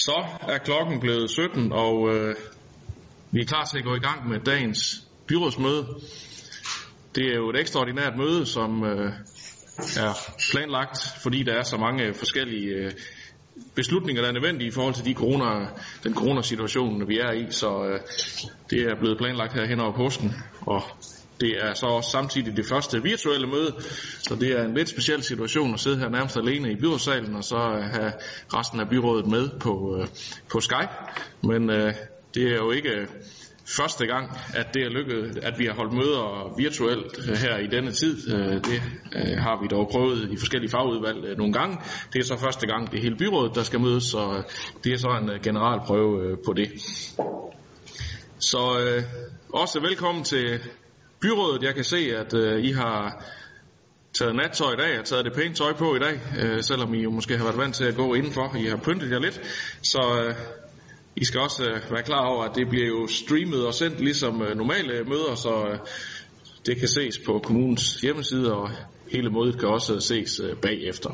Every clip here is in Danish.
Så er klokken blevet 17, og vi er klar til at gå i gang med dagens byrådsmøde. Det er jo et ekstraordinært møde, som er planlagt, fordi der er så mange forskellige beslutninger, der er nødvendige i forhold til den coronasituation, vi er i. Så det er blevet planlagt her hen over påsken, og det er så også samtidig det første virtuelle møde, så det er en lidt speciel situation at sidde her nærmest alene i byrådssalen og så have resten af byrådet med på Skype. Men det er jo ikke første gang, at det er lykkedes, at vi har holdt møder virtuelt her i denne tid. Det har vi dog prøvet i forskellige fagudvalg nogle gange. Det er så første gang, det er hele byrådet, der skal mødes, så det er så en general prøve på det. Så også velkommen til byrådet. Jeg kan se, at I har taget nattøj i dag og taget det pænt tøj på i dag, selvom I jo måske har været vant til at gå indenfor. I har pyntet jer lidt, så I skal også være klar over, at det bliver jo streamet og sendt ligesom normale møder, så det kan ses på kommunens hjemmeside, og hele mødet kan også ses bagefter.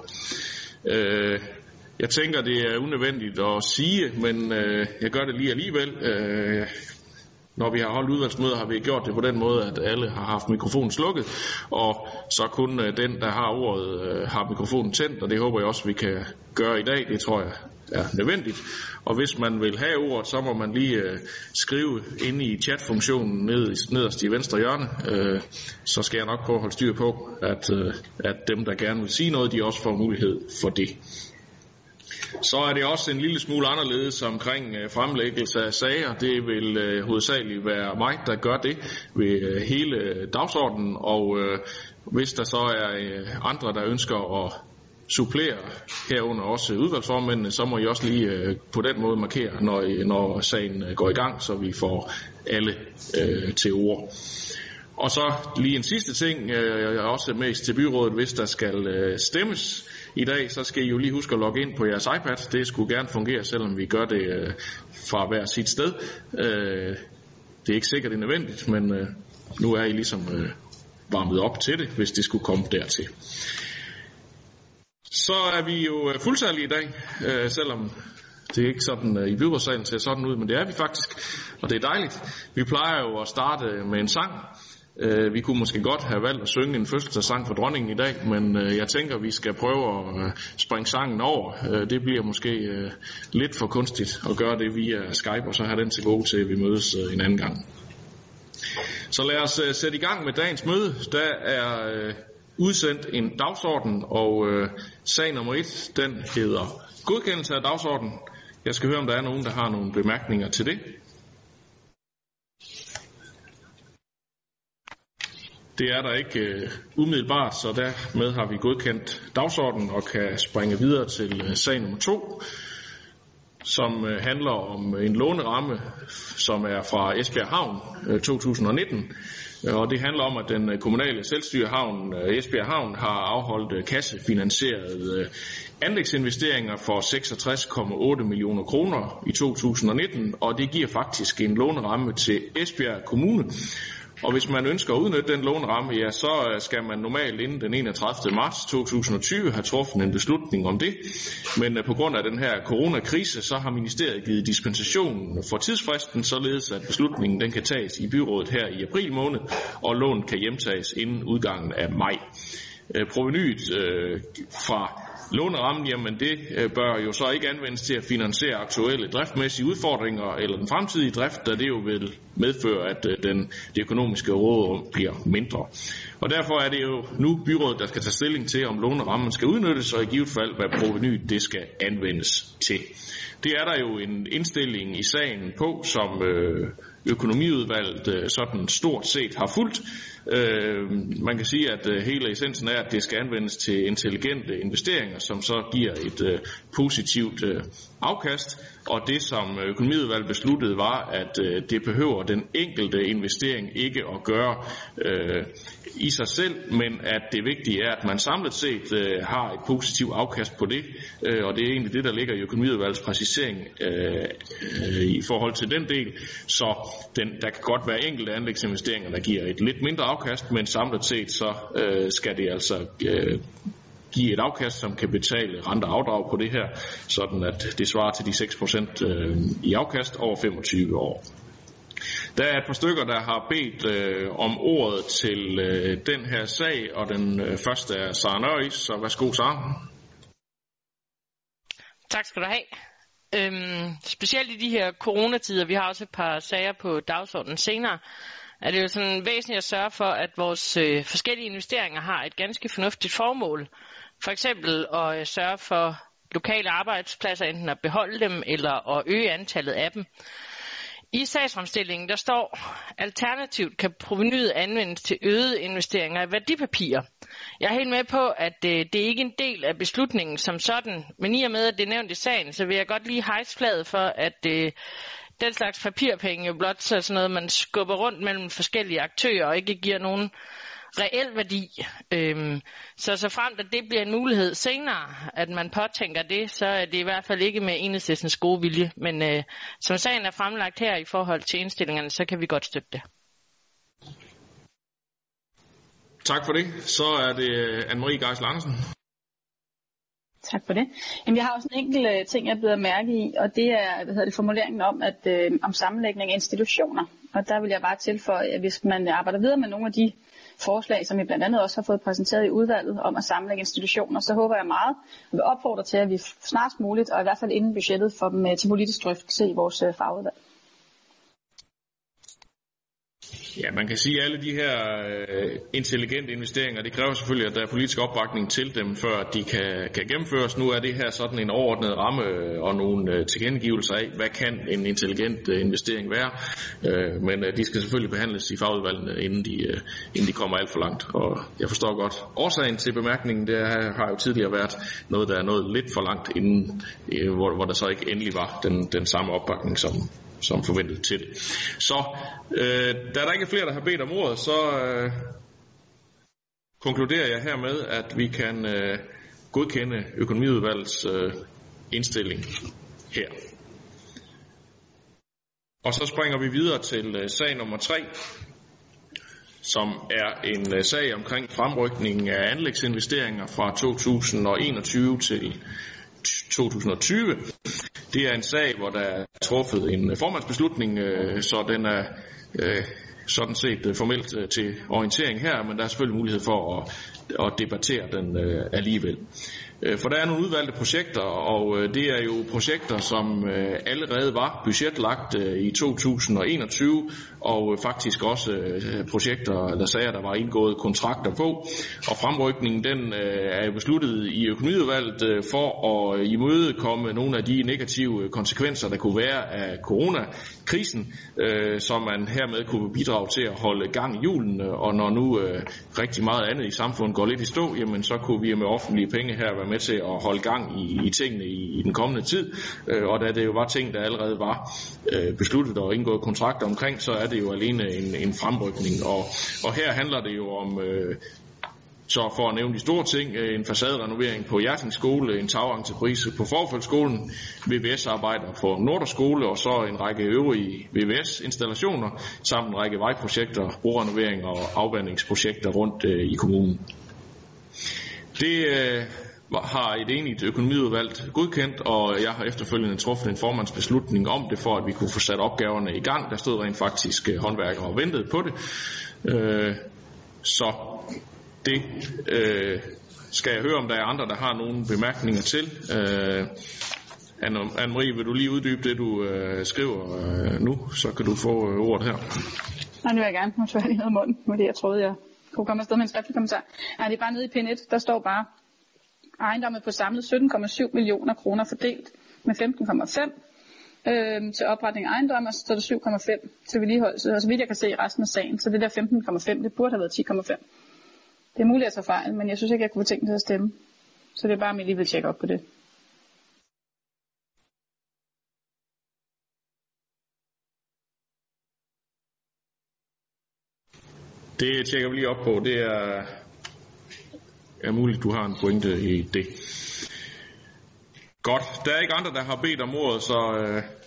Jeg tænker, det er unødvendigt at sige, men jeg gør det lige alligevel. Når vi har holdt udvalgsmøder, har vi gjort det på den måde, at alle har haft mikrofonen slukket, og så kun den, der har ordet, har mikrofonen tændt, og det håber jeg også, vi kan gøre i dag. Det tror jeg er nødvendigt. Og hvis man vil have ordet, så må man lige skrive inde i chatfunktionen nederst i venstre hjørne. Så skal jeg nok prøve at holde styr på, at dem, der gerne vil sige noget, de også får mulighed for det. Så er det også en lille smule anderledes omkring fremlæggelse af sager. Det vil hovedsageligt være mig, der gør det ved hele dagsordenen, og hvis der så er andre, der ønsker at supplere herunder også udvalgsformændene, så må I også lige på den måde markere, når sagen går i gang, så vi får alle til ord. Og så lige en sidste ting, også mest til byrådet, hvis der skal stemmes i dag, så skal I jo lige huske at logge ind på jeres iPad. Det skulle gerne fungere, selvom vi gør det fra hver sit sted. Det er ikke sikkert, det er nødvendigt, men nu er I ligesom varmet op til det, hvis det skulle komme dertil. Så er vi jo fuldtallige i dag, selvom det er ikke sådan i byrådssalen ser sådan ud, men det er vi faktisk, og det er dejligt. Vi plejer jo at starte med en sang. Vi kunne måske godt have valgt at synge en fødselsdagssang for dronningen i dag, men jeg tænker, vi skal prøve at springe sangen over. Det bliver måske lidt for kunstigt at gøre det via Skype, og så have den til gode til, at vi mødes en anden gang. Så lad os sætte i gang med dagens møde. Der er udsendt en dagsorden, og sag nummer 1, den hedder godkendelse af dagsordenen. Jeg skal høre, om der er nogen, der har nogle bemærkninger til det. Det er der ikke umiddelbart, så dermed har vi godkendt dagsordenen og kan springe videre til sag nummer 2, som handler om en låneramme, som er fra Esbjerg Havn 2019. Og det handler om, at den kommunale selvstyrehavn Esbjerg Havn har afholdt kassefinansierede anlægsinvesteringer for 66,8 millioner kroner i 2019, og det giver faktisk en låneramme til Esbjerg Kommune. Og hvis man ønsker at udnytte den låneramme, ja, så skal man normalt inden den 31. marts 2020 have truffet en beslutning om det. Men på grund af den her coronakrise, så har ministeriet givet dispensation for tidsfristen, således at beslutningen den kan tages i byrådet her i april måned, og lånet kan hjemtages inden udgangen af maj. Provenyet fra lånerammen, jamen det bør jo så ikke anvendes til at finansiere aktuelle driftmæssige udfordringer eller den fremtidige drift, da det jo vil medføre, at det økonomiske råderum bliver mindre. Og derfor er det jo nu byrådet, der skal tage stilling til, om lånerammen skal udnyttes, og i givet fald, hvad provenyet det skal anvendes til. Det er der jo en indstilling i sagen på, som økonomiudvalget sådan stort set har fulgt. Man kan sige, at hele essensen er, at det skal anvendes til intelligente investeringer, som så giver et positivt afkast. Og det, som økonomiudvalget besluttede, var, at det behøver den enkelte investering ikke at gøre i sig selv, men at det vigtige er, at man samlet set har et positivt afkast på det. Og det er egentlig det, der ligger i økonomiudvalgets præcisering i forhold til den del. Så der kan godt være enkelte anlægsinvesteringer, der giver et lidt mindre afkast, men samlet set så skal det altså give et afkast, som kan betale rente og afdrag på det her, sådan at det svarer til de 6% i afkast over 25 år. Der er et par stykker, der har bedt om ordet til den her sag, og den første er Sara Nørris, så værsgo, Sara. Tak skal du have. Specielt i de her coronatider, vi har også et par sager på dagsordenen senere, er det jo sådan væsentligt at sørge for, at vores forskellige investeringer har et ganske fornuftigt formål. For eksempel at sørge for lokale arbejdspladser, enten at beholde dem eller at øge antallet af dem. I sagsfremstillingen der står, alternativt kan provenuet anvendes til øgede investeringer i værdipapirer. Jeg er helt med på, at det ikke er en del af beslutningen som sådan, men i og med, at det er nævnt i sagen, så vil jeg godt lige hejse flaget for, at den slags papirpenge jo blot så sådan noget, man skubber rundt mellem forskellige aktører og ikke giver nogen reel værdi. Så fremt at det bliver en mulighed senere, at man påtænker det, så er det i hvert fald ikke med Enhedslistens gode vilje. Men som sagen er fremlagt her i forhold til indstillingerne, så kan vi godt støtte det. Tak for det. Så er det Anne-Marie Geisel Andersen. Tak for det. Jamen, jeg har også en enkelt ting, jeg bider mærke i, og det er formuleringen om, om sammenlægning af institutioner. Og der vil jeg bare tilføje, at hvis man arbejder videre med nogle af de forslag, som vi blandt andet også har fået præsenteret i udvalget om at sammenlægge institutioner, så håber jeg meget og vil opfordre til, at vi snarest muligt, og i hvert fald inden budgettet, får dem til politisk drøftelse i vores fagudvalg. Ja, man kan sige, at alle de her intelligente investeringer, det kræver selvfølgelig, at der er politisk opbakning til dem, før de kan gennemføres. Nu er det her sådan en overordnet ramme og nogle tilkendegivelser af, hvad kan en intelligent investering være. Men de skal selvfølgelig behandles i fagudvalgene, inden de kommer alt for langt. Og jeg forstår godt årsagen til bemærkningen. Det har jo tidligere været noget, der er nået lidt for langt, inden, hvor der så ikke endelig var den samme opbakning, som forventet til det. Så da der ikke er flere, der har bedt om ordet, så konkluderer jeg hermed, at vi kan godkende økonomiudvalgets indstilling her. Og så springer vi videre til sag nummer 3, som er en sag omkring fremrykning af anlægsinvesteringer fra 2021 til 2020. Det er en sag, hvor der er truffet en formandsbeslutning, så den er sådan set formelt til orientering her, men der er selvfølgelig mulighed for at debattere den alligevel. For der er nogle udvalgte projekter, og det er jo projekter, som allerede var budgetlagt i 2021, og faktisk også projekter eller sager, der var indgået kontrakter på. Og fremrykningen den er jo besluttet i økonomiudvalget for at imødekomme nogle af de negative konsekvenser, der kunne være af coronakrisen, som man hermed kunne bidrage til at holde gang i hjulene. Og når nu rigtig meget andet i samfundet går lidt i stå, jamen så kunne vi med offentlige penge her være med til at holde gang i tingene i den kommende tid. Og da det jo var ting, der allerede var besluttet og indgået kontrakter omkring, så er det jo alene en fremrykning. Og her handler det jo om, så for at nævne de store ting, en facaderenovering på Hjerting Skole, en tagentreprise på Forfeldtskolen, VVS-arbejder på Norderskole og så en række øvrige VVS-installationer, samt en række vejprojekter, brorenovering og afvandingsprojekter rundt i kommunen. Det har et enigt økonomiudvalg godkendt, og jeg har efterfølgende truffet en formandsbeslutning om det, for at vi kunne få sat opgaverne i gang. Der stod rent faktisk håndværkere og ventede på det. Så det skal jeg høre, om der er andre, der har nogle bemærkninger til. Anne-Marie, vil du lige uddybe det, du skriver nu? Så kan du få ordet her. Nej, nu vil jeg gerne. Nu tør jeg lige noget i munden, med det jeg troede, jeg kunne komme afsted med en skriftlig kommentar. Nej, det er bare nede i pind 1. Der står bare, ejendomme på samlet 17,7 millioner kroner fordelt med 15,5 til opretning af ejendomme, og så står der 7,5 til vedligeholdelse. Og så vidt jeg kan se i resten af sagen, så det der 15,5, det burde have været 10,5. Det er muligt at tage fejl, men jeg synes ikke, jeg kunne få tænkt til at stemme. Så det er bare, at jeg lige vil tjekke op på det. Det tjekker vi lige op på. Det er muligt, du har en pointe i det. Godt. Der er ikke andre, der har bedt om ordet, så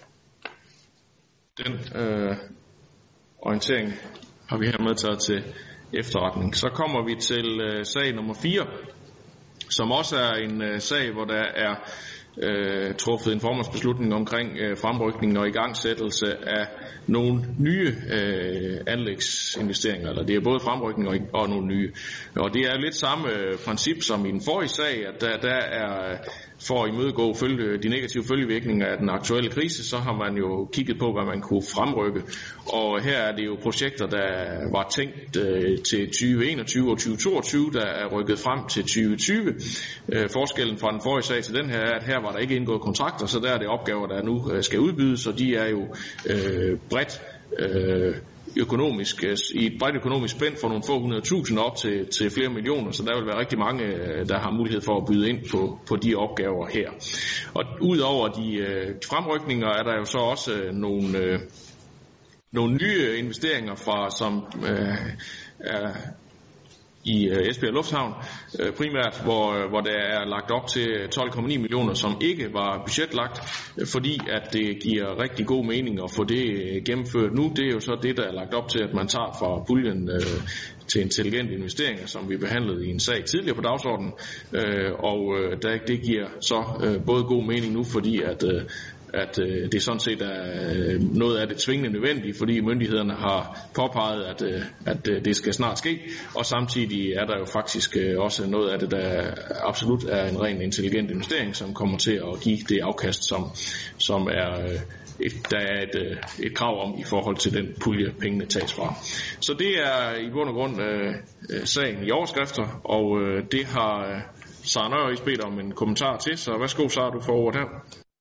den orientering har vi hermed taget til efterretning. Så kommer vi til sag nummer 4, som også er en sag, hvor der er truffet en formandsbeslutning omkring fremrykning og igangsættelse af nogle nye anlægsinvesteringer, eller det er både fremrykning og nogle nye. Og det er lidt samme princip som i den forrige sag, at der er for at imødegå de negative følgevirkninger af den aktuelle krise, så har man jo kigget på, hvad man kunne fremrykke. Og her er det jo projekter, der var tænkt til 2021 og 2022, der er rykket frem til 2020. Forskellen fra den forrige sag til den her er, at her var der ikke indgået kontrakter, så der er det opgaver, der nu skal udbydes, og de er jo bredt økonomisk, i et bredt økonomisk spænd for nogle få 100.000 op til flere millioner, så der vil være rigtig mange, der har mulighed for at byde ind på de opgaver her. Og udover de fremrykninger er der jo så også nogle nye investeringer som er i Esbjerg Lufthavn primært, hvor der er lagt op til 12,9 millioner, som ikke var budgetlagt, fordi at det giver rigtig god mening at få det gennemført nu. Det er jo så det, der er lagt op til, at man tager fra puljen til intelligente investeringer, som vi behandlede i en sag tidligere på dagsordenen, og det giver så både god mening nu, fordi at det sådan set er noget af det tvingende nødvendigt, fordi myndighederne har påpeget, at det skal snart ske, og samtidig er der jo faktisk også noget af det, der absolut er en ren intelligent investering, som kommer til at give det afkast, som er der er et krav om i forhold til den pulje, pengene tages fra. Så det er i bund og grund sagen i overskrifter, og det har Sara Nørris bedt om en kommentar til, så værsgo, Sara, du får ordet her.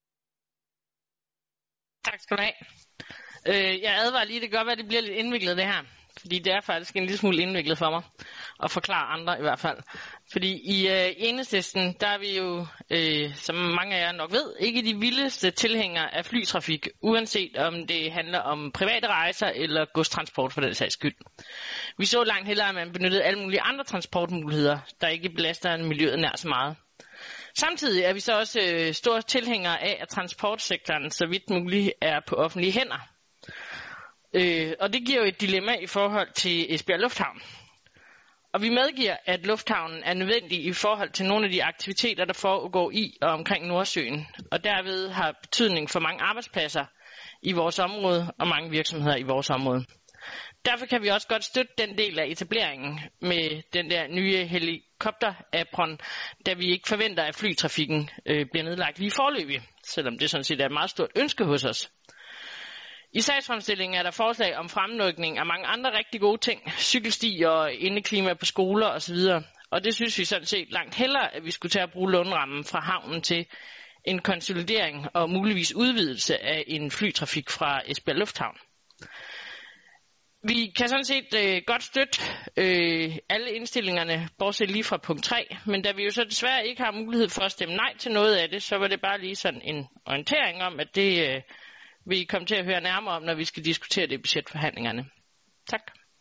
Tak skal du have. Jeg advarer lige, det kan godt være, at det bliver lidt indviklet det her. Fordi det er faktisk en lille smule indviklet for mig. At forklare andre i hvert fald. Fordi i Enhedslisten, der er vi jo, som mange af jer nok ved, ikke de vildeste tilhængere af flytrafik. Uanset om det handler om private rejser eller godstransport for den sags skyld. Vi så langt hellere, at man benyttede alle mulige andre transportmuligheder, der ikke belaster miljøet nær så meget. Samtidig er vi så også store tilhængere af, at transportsektoren så vidt muligt er på offentlige hænder. Og det giver jo et dilemma i forhold til Esbjerg Lufthavn. Og vi medgiver, at lufthavnen er nødvendig i forhold til nogle af de aktiviteter, der foregår i og omkring Nordsøen, og derved har betydning for mange arbejdspladser i vores område og mange virksomheder i vores område. Derfor kan vi også godt støtte den del af etableringen med den der nye helikopter-apron, da vi ikke forventer, at flytrafikken bliver nedlagt lige foreløbig, selvom det sådan set er et meget stort ønske hos os. I sagsfremstillingen er der forslag om fremrykning af mange andre rigtig gode ting, cykelstier og indeklima på skoler osv. Og det synes vi sådan set langt hellere, at vi skulle tage at bruge lånerammen fra havnen til en konsolidering og muligvis udvidelse af en flytrafik fra Esbjerg Lufthavn. Vi kan sådan set godt støtte alle indstillingerne, bortset lige fra punkt 3, men da vi jo så desværre ikke har mulighed for at stemme nej til noget af det, så var det bare lige sådan en orientering om, at det vil I komme til at høre nærmere om, når vi skal diskutere det i budgetforhandlingerne. Tak.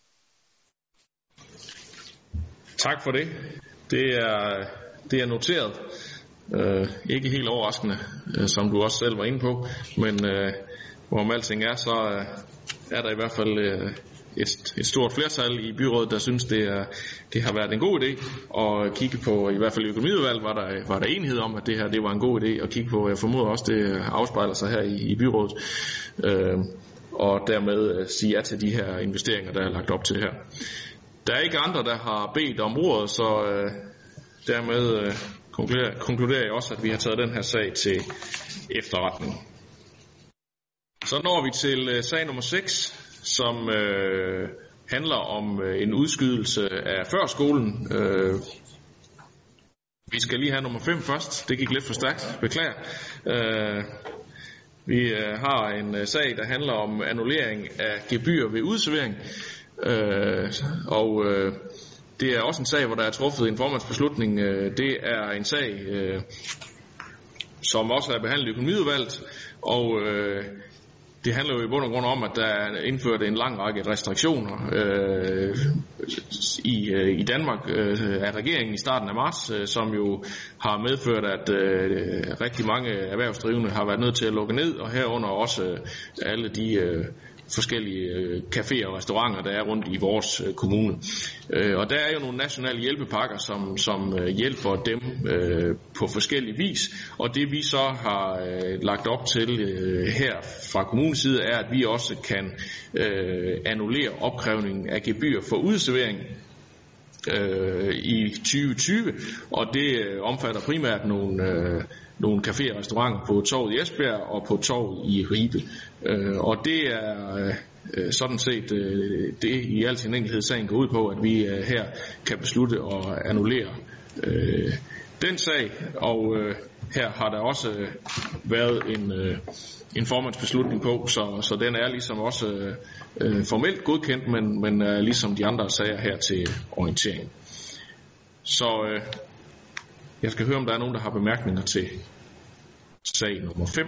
Tak for det. Det er noteret. Ikke helt overraskende, som du også selv var inde på, men hvorom alting er, så er der i hvert fald et stort flertal i byrådet, der synes, det har været en god idé at kigge på. I hvert fald i økonomiudvalget var der enighed om, at det her det var en god idé at kigge på. Jeg formoder også, det afspejler sig her i byrådet. Og dermed sige ja til de her investeringer, der er lagt op til her. Der er ikke andre, der har bedt om ordet, så dermed konkluderer jeg også, at vi har taget den her sag til efterretning. Så når vi til sag nummer 6, som handler om en udskydelse af førskolen. Vi skal lige have nummer 5 først. Det gik lidt for stærkt. Beklager. Vi har en sag, der handler om annullering af gebyr ved udservering. Og det er også en sag, hvor der er truffet en formandsbeslutning. Det er en sag, som også er behandlet i økonomiudvalget. Og det handler jo i bund og grund om, at der er indført en lang række restriktioner i Danmark af regeringen i starten af marts, som jo har medført, at rigtig mange erhvervsdrivende har været nødt til at lukke ned, og herunder også alle de forskellige caféer og restauranter, der er rundt i vores kommune. Og der er jo nogle nationale hjælpepakker, som hjælper dem på forskellige vis, og det vi så har lagt op til her fra kommunens side, er, at vi også kan annullere opkrævningen af gebyr for udservering i 2020, og det omfatter primært nogle caféer og restauranter på torvet i Esbjerg og på torvet i Ribe. Og det er sådan set det i al sin enkelhed sagen går ud på, at vi her kan beslutte at annullere den sag, og her har der også været en formandsbeslutning på, så den er ligesom også formelt godkendt, men ligesom de andre sager her til orientering. Så jeg skal høre, om der er nogen, der har bemærkninger til sag nummer 5.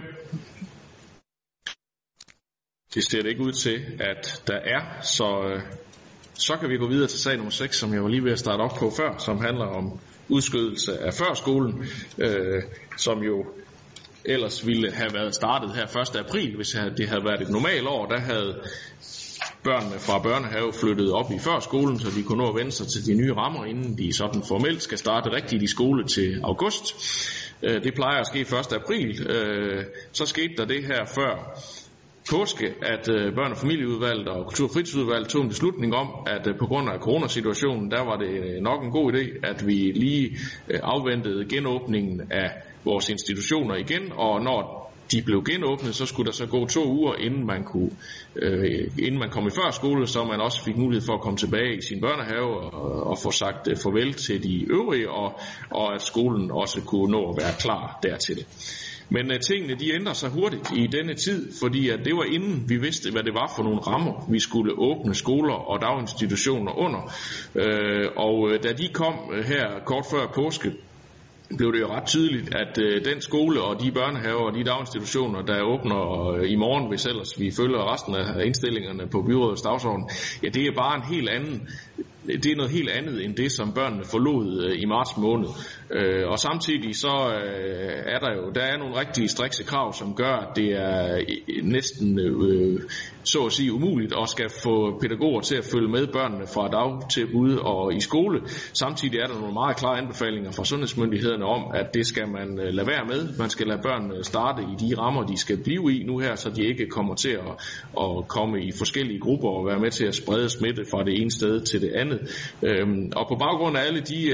Det ser det ikke ud til, at der er, så kan vi gå videre til sag nummer 6, som jeg var lige ved at starte op på før, som handler om udskydelse af førskolen, som jo ellers ville have været startet her 1. april, hvis det havde været et normalt år. Der havde børnene fra børnehave flyttet op i førskolen, så de kunne nå at vende sig til de nye rammer, inden de sådan formelt skal starte rigtigt i skole til august. Det plejer at ske 1. april. Så skete der det her før påske, at børne- og familieudvalget og kultur- og fritidsudvalget tog en beslutning om, at på grund af coronasituationen, der var det nok en god idé, at vi lige afventede genåbningen af vores institutioner igen, og når de blev genåbnet, så skulle der så gå 2 uger, inden man kom i førskole, så man også fik mulighed for at komme tilbage i sin børnehave og få sagt farvel til de øvrige, og at skolen også kunne nå at være klar dertil. Men tingene de ændrer sig hurtigt i denne tid, fordi at det var inden vi vidste, hvad det var for nogle rammer, vi skulle åbne skoler og daginstitutioner under. Og da de kom her kort før påske, blev det jo ret tydeligt, at den skole og de børnehaver og de daginstitutioner, der åbner i morgen, hvis ellers vi følger resten af indstillingerne på byrådets dagsorden, ja, det er bare en helt anden. Det er noget helt andet end det, som børnene forlod i marts måned. Og samtidig så er der er nogle rigtig strikse krav, som gør, at det er næsten så at sige umuligt at skal få pædagoger til at følge med børnene fra dagtilbud og i skole. Samtidig er der nogle meget klare anbefalinger fra sundhedsmyndighederne om, at det skal man lade være med. Man skal lade børnene starte i de rammer, de skal blive i nu her, så de ikke kommer til at komme i forskellige grupper og være med til at sprede smitte fra det ene sted til det andet. Og på baggrund af alle de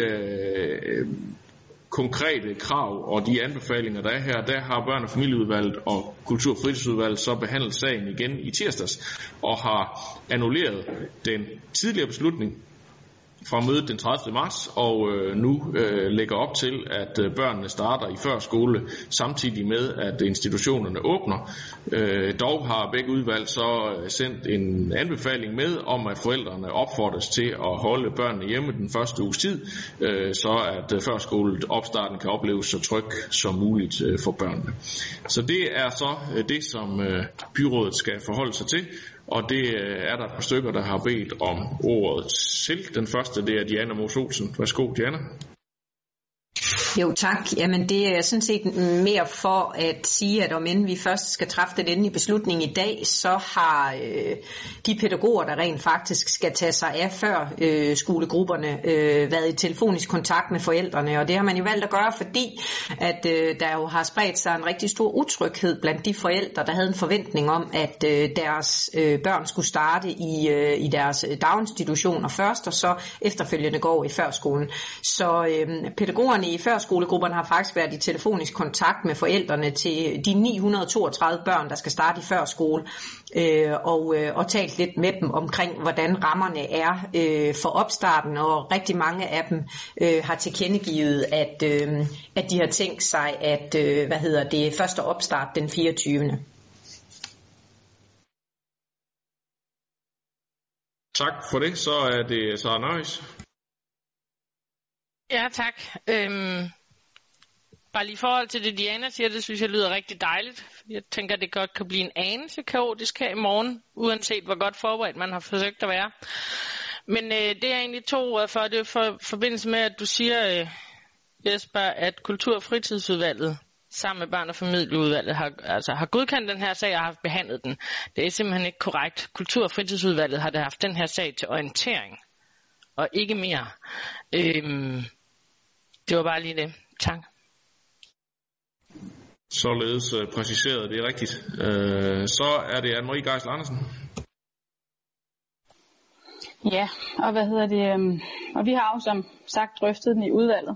konkrete krav og de anbefalinger, der er her, der har børne- og familieudvalget og kultur- og fritidsudvalget så behandlet sagen igen i tirsdags og har annulleret den tidligere beslutning fra mødet den 30. marts, og nu lægger op til, at børnene starter i førskole samtidig med, at institutionerne åbner. Dog har begge udvalg så sendt en anbefaling med om, at forældrene opfordres til at holde børnene hjemme den første uges tid, så at førskoleopstarten kan opleves så tryg som muligt for børnene. Så det er så det, som byrådet skal forholde sig til. Og det er der et par stykker, der har bedt om ordet til. Den første, det er Diana Mos Olsen. Værsgo, Diana. Jo, tak. Jamen, det er sådan set mere for at sige, at om inden vi først skal træffe den endelige beslutning i dag, så har de pædagoger, der rent faktisk skal tage sig af før skolegrupperne, været i telefonisk kontakt med forældrene. Og det har man jo valgt at gøre, fordi at der jo har spredt sig en rigtig stor utryghed blandt de forældre, der havde en forventning om, at deres børn skulle starte i deres daginstitutioner først, og så efterfølgende gå i førskolen. Så pædagogerne i førskolegrupperne har faktisk været i telefonisk kontakt med forældrene til de 932 børn, der skal starte i førskole, og talt lidt med dem omkring, hvordan rammerne er for opstarten, og rigtig mange af dem har tilkendegivet, at de har tænkt sig, at første opstart den 24. Tak for det. Så er det Sara Nøjes. Ja, tak. Bare lige i forhold til det, Diana siger, det synes jeg lyder rigtig dejligt. Jeg tænker, det godt kan blive en anelse kaotisk her i morgen, uanset hvor godt forberedt man har forsøgt at være. Men det er egentlig 2 ord for, det er for forbindelse med, at du siger, Jesper, at kultur- og fritidsudvalget sammen med børn- og familieudvalget har godkendt den her sag og har haft behandlet den. Det er simpelthen ikke korrekt. Kultur- og fritidsudvalget har haft den her sag til orientering, og ikke mere. Det var bare lige det. Tak. Således præciseret, det er rigtigt. Så er det Anne-Marie Geisler Andersen. Ja, og og vi har jo som sagt drøftet den i udvalget.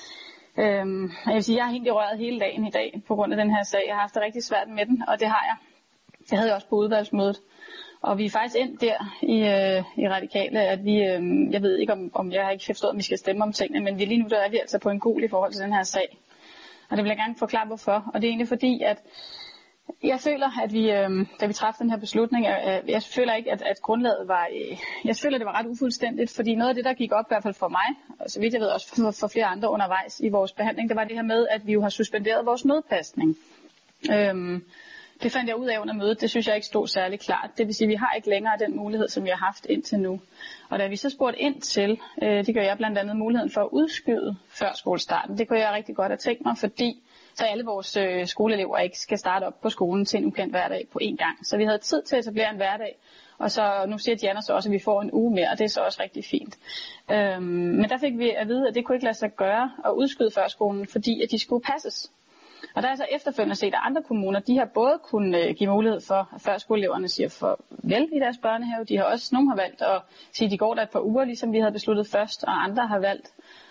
Jeg vil sige, jeg har hængt i røret hele dagen i dag på grund af den her sag. Jeg har haft det rigtig svært med den, og det har jeg. Det havde jeg også på udvalgsmødet. Og vi er faktisk endt der i Radikale, at vi, jeg ved ikke om jeg har ikke forstået, om vi skal stemme om tingene, men lige nu der er vi altså på en gul i forhold til den her sag. Og det vil jeg gerne forklare hvorfor. Og det er egentlig fordi, at jeg føler, at vi, da vi træffede den her beslutning, jeg føler ikke, at grundlaget var, jeg føler, at det var ret ufuldstændigt, fordi noget af det, der gik op i hvert fald for mig, og så vidt jeg ved også for flere andre undervejs i vores behandling, det var det her med, at vi jo har suspenderet vores nødpasning. Det fandt jeg ud af under mødet, det synes jeg ikke stod særlig klart. Det vil sige, at vi har ikke længere den mulighed, som vi har haft indtil nu. Og da vi så spurgte ind til, det gør jeg blandt andet muligheden for at udskyde før skolestarten. Det kunne jeg rigtig godt have tænkt mig, fordi så alle vores skoleelever ikke skal starte op på skolen til en ukendt hverdag på én gang. Så vi havde tid til at etablere en hverdag, og så nu siger Diana så også, at vi får en uge mere, og det er så også rigtig fint. Men der fik vi at vide, at det kunne ikke lade sig gøre at udskyde førskolen, fordi at de skulle passes. Og der er så efterfølgende set, at andre kommuner, de har både kunnet give mulighed for, at førskoleeleverne siger farvel i deres børnehave. De har også, nogle har valgt at sige, at de går der et par uger, ligesom vi havde besluttet først, og andre har valgt,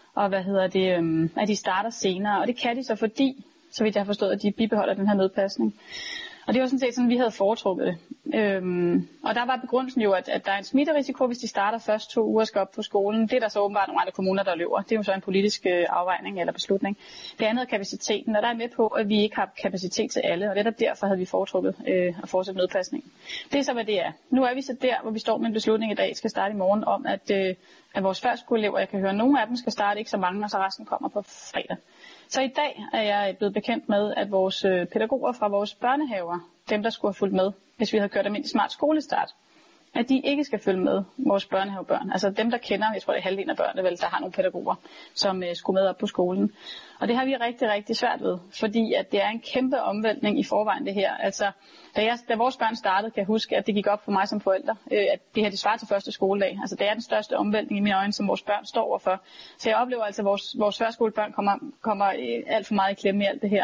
at de starter senere. Og det kan de så fordi, så vidt jeg har forstået, at de bibeholder den her nødpasning. Og det var sådan set sådan, vi havde foretrukket det. Og der var begrundelsen jo, at der er en smitterisiko, hvis de starter først 2 uger og skal op på skolen. Det er der så åbenbart nogle andre kommuner, der løber. Det er jo så en politisk afvejning eller beslutning. Det andet er kapaciteten, og der er med på, at vi ikke har kapacitet til alle, og netop derfor havde vi foretrukket at fortsætte nødpasningen. Det er så, hvad det er. Nu er vi så der, hvor vi står med en beslutning i dag, skal starte i morgen, om at vores førskoleelever, jeg kan høre, nogle af dem skal starte, ikke så mange, og så resten kommer på fredag. Så i dag er jeg blevet bekendt med, at vores pædagoger fra vores børnehaver, dem der skulle have fulgt med, hvis vi havde kørt dem ind i smart skolestart, at de ikke skal følge med vores børnehavebørn. Altså dem, der kender, jeg tror det er halvdelen af børnene, vel, der har nogle pædagoger, som skulle med op på skolen. Og det har vi rigtig, rigtig svært ved, fordi at det er en kæmpe omvæltning i forvejen det her. Altså, da vores børn startede, kan jeg huske, at det gik op for mig som forælder, at det her det svarer til første skoledag. Altså det er den største omvæltning i mine øjne, som vores børn står overfor. Så jeg oplever altså, at vores førskolebørn kommer alt for meget i klemme i alt det her.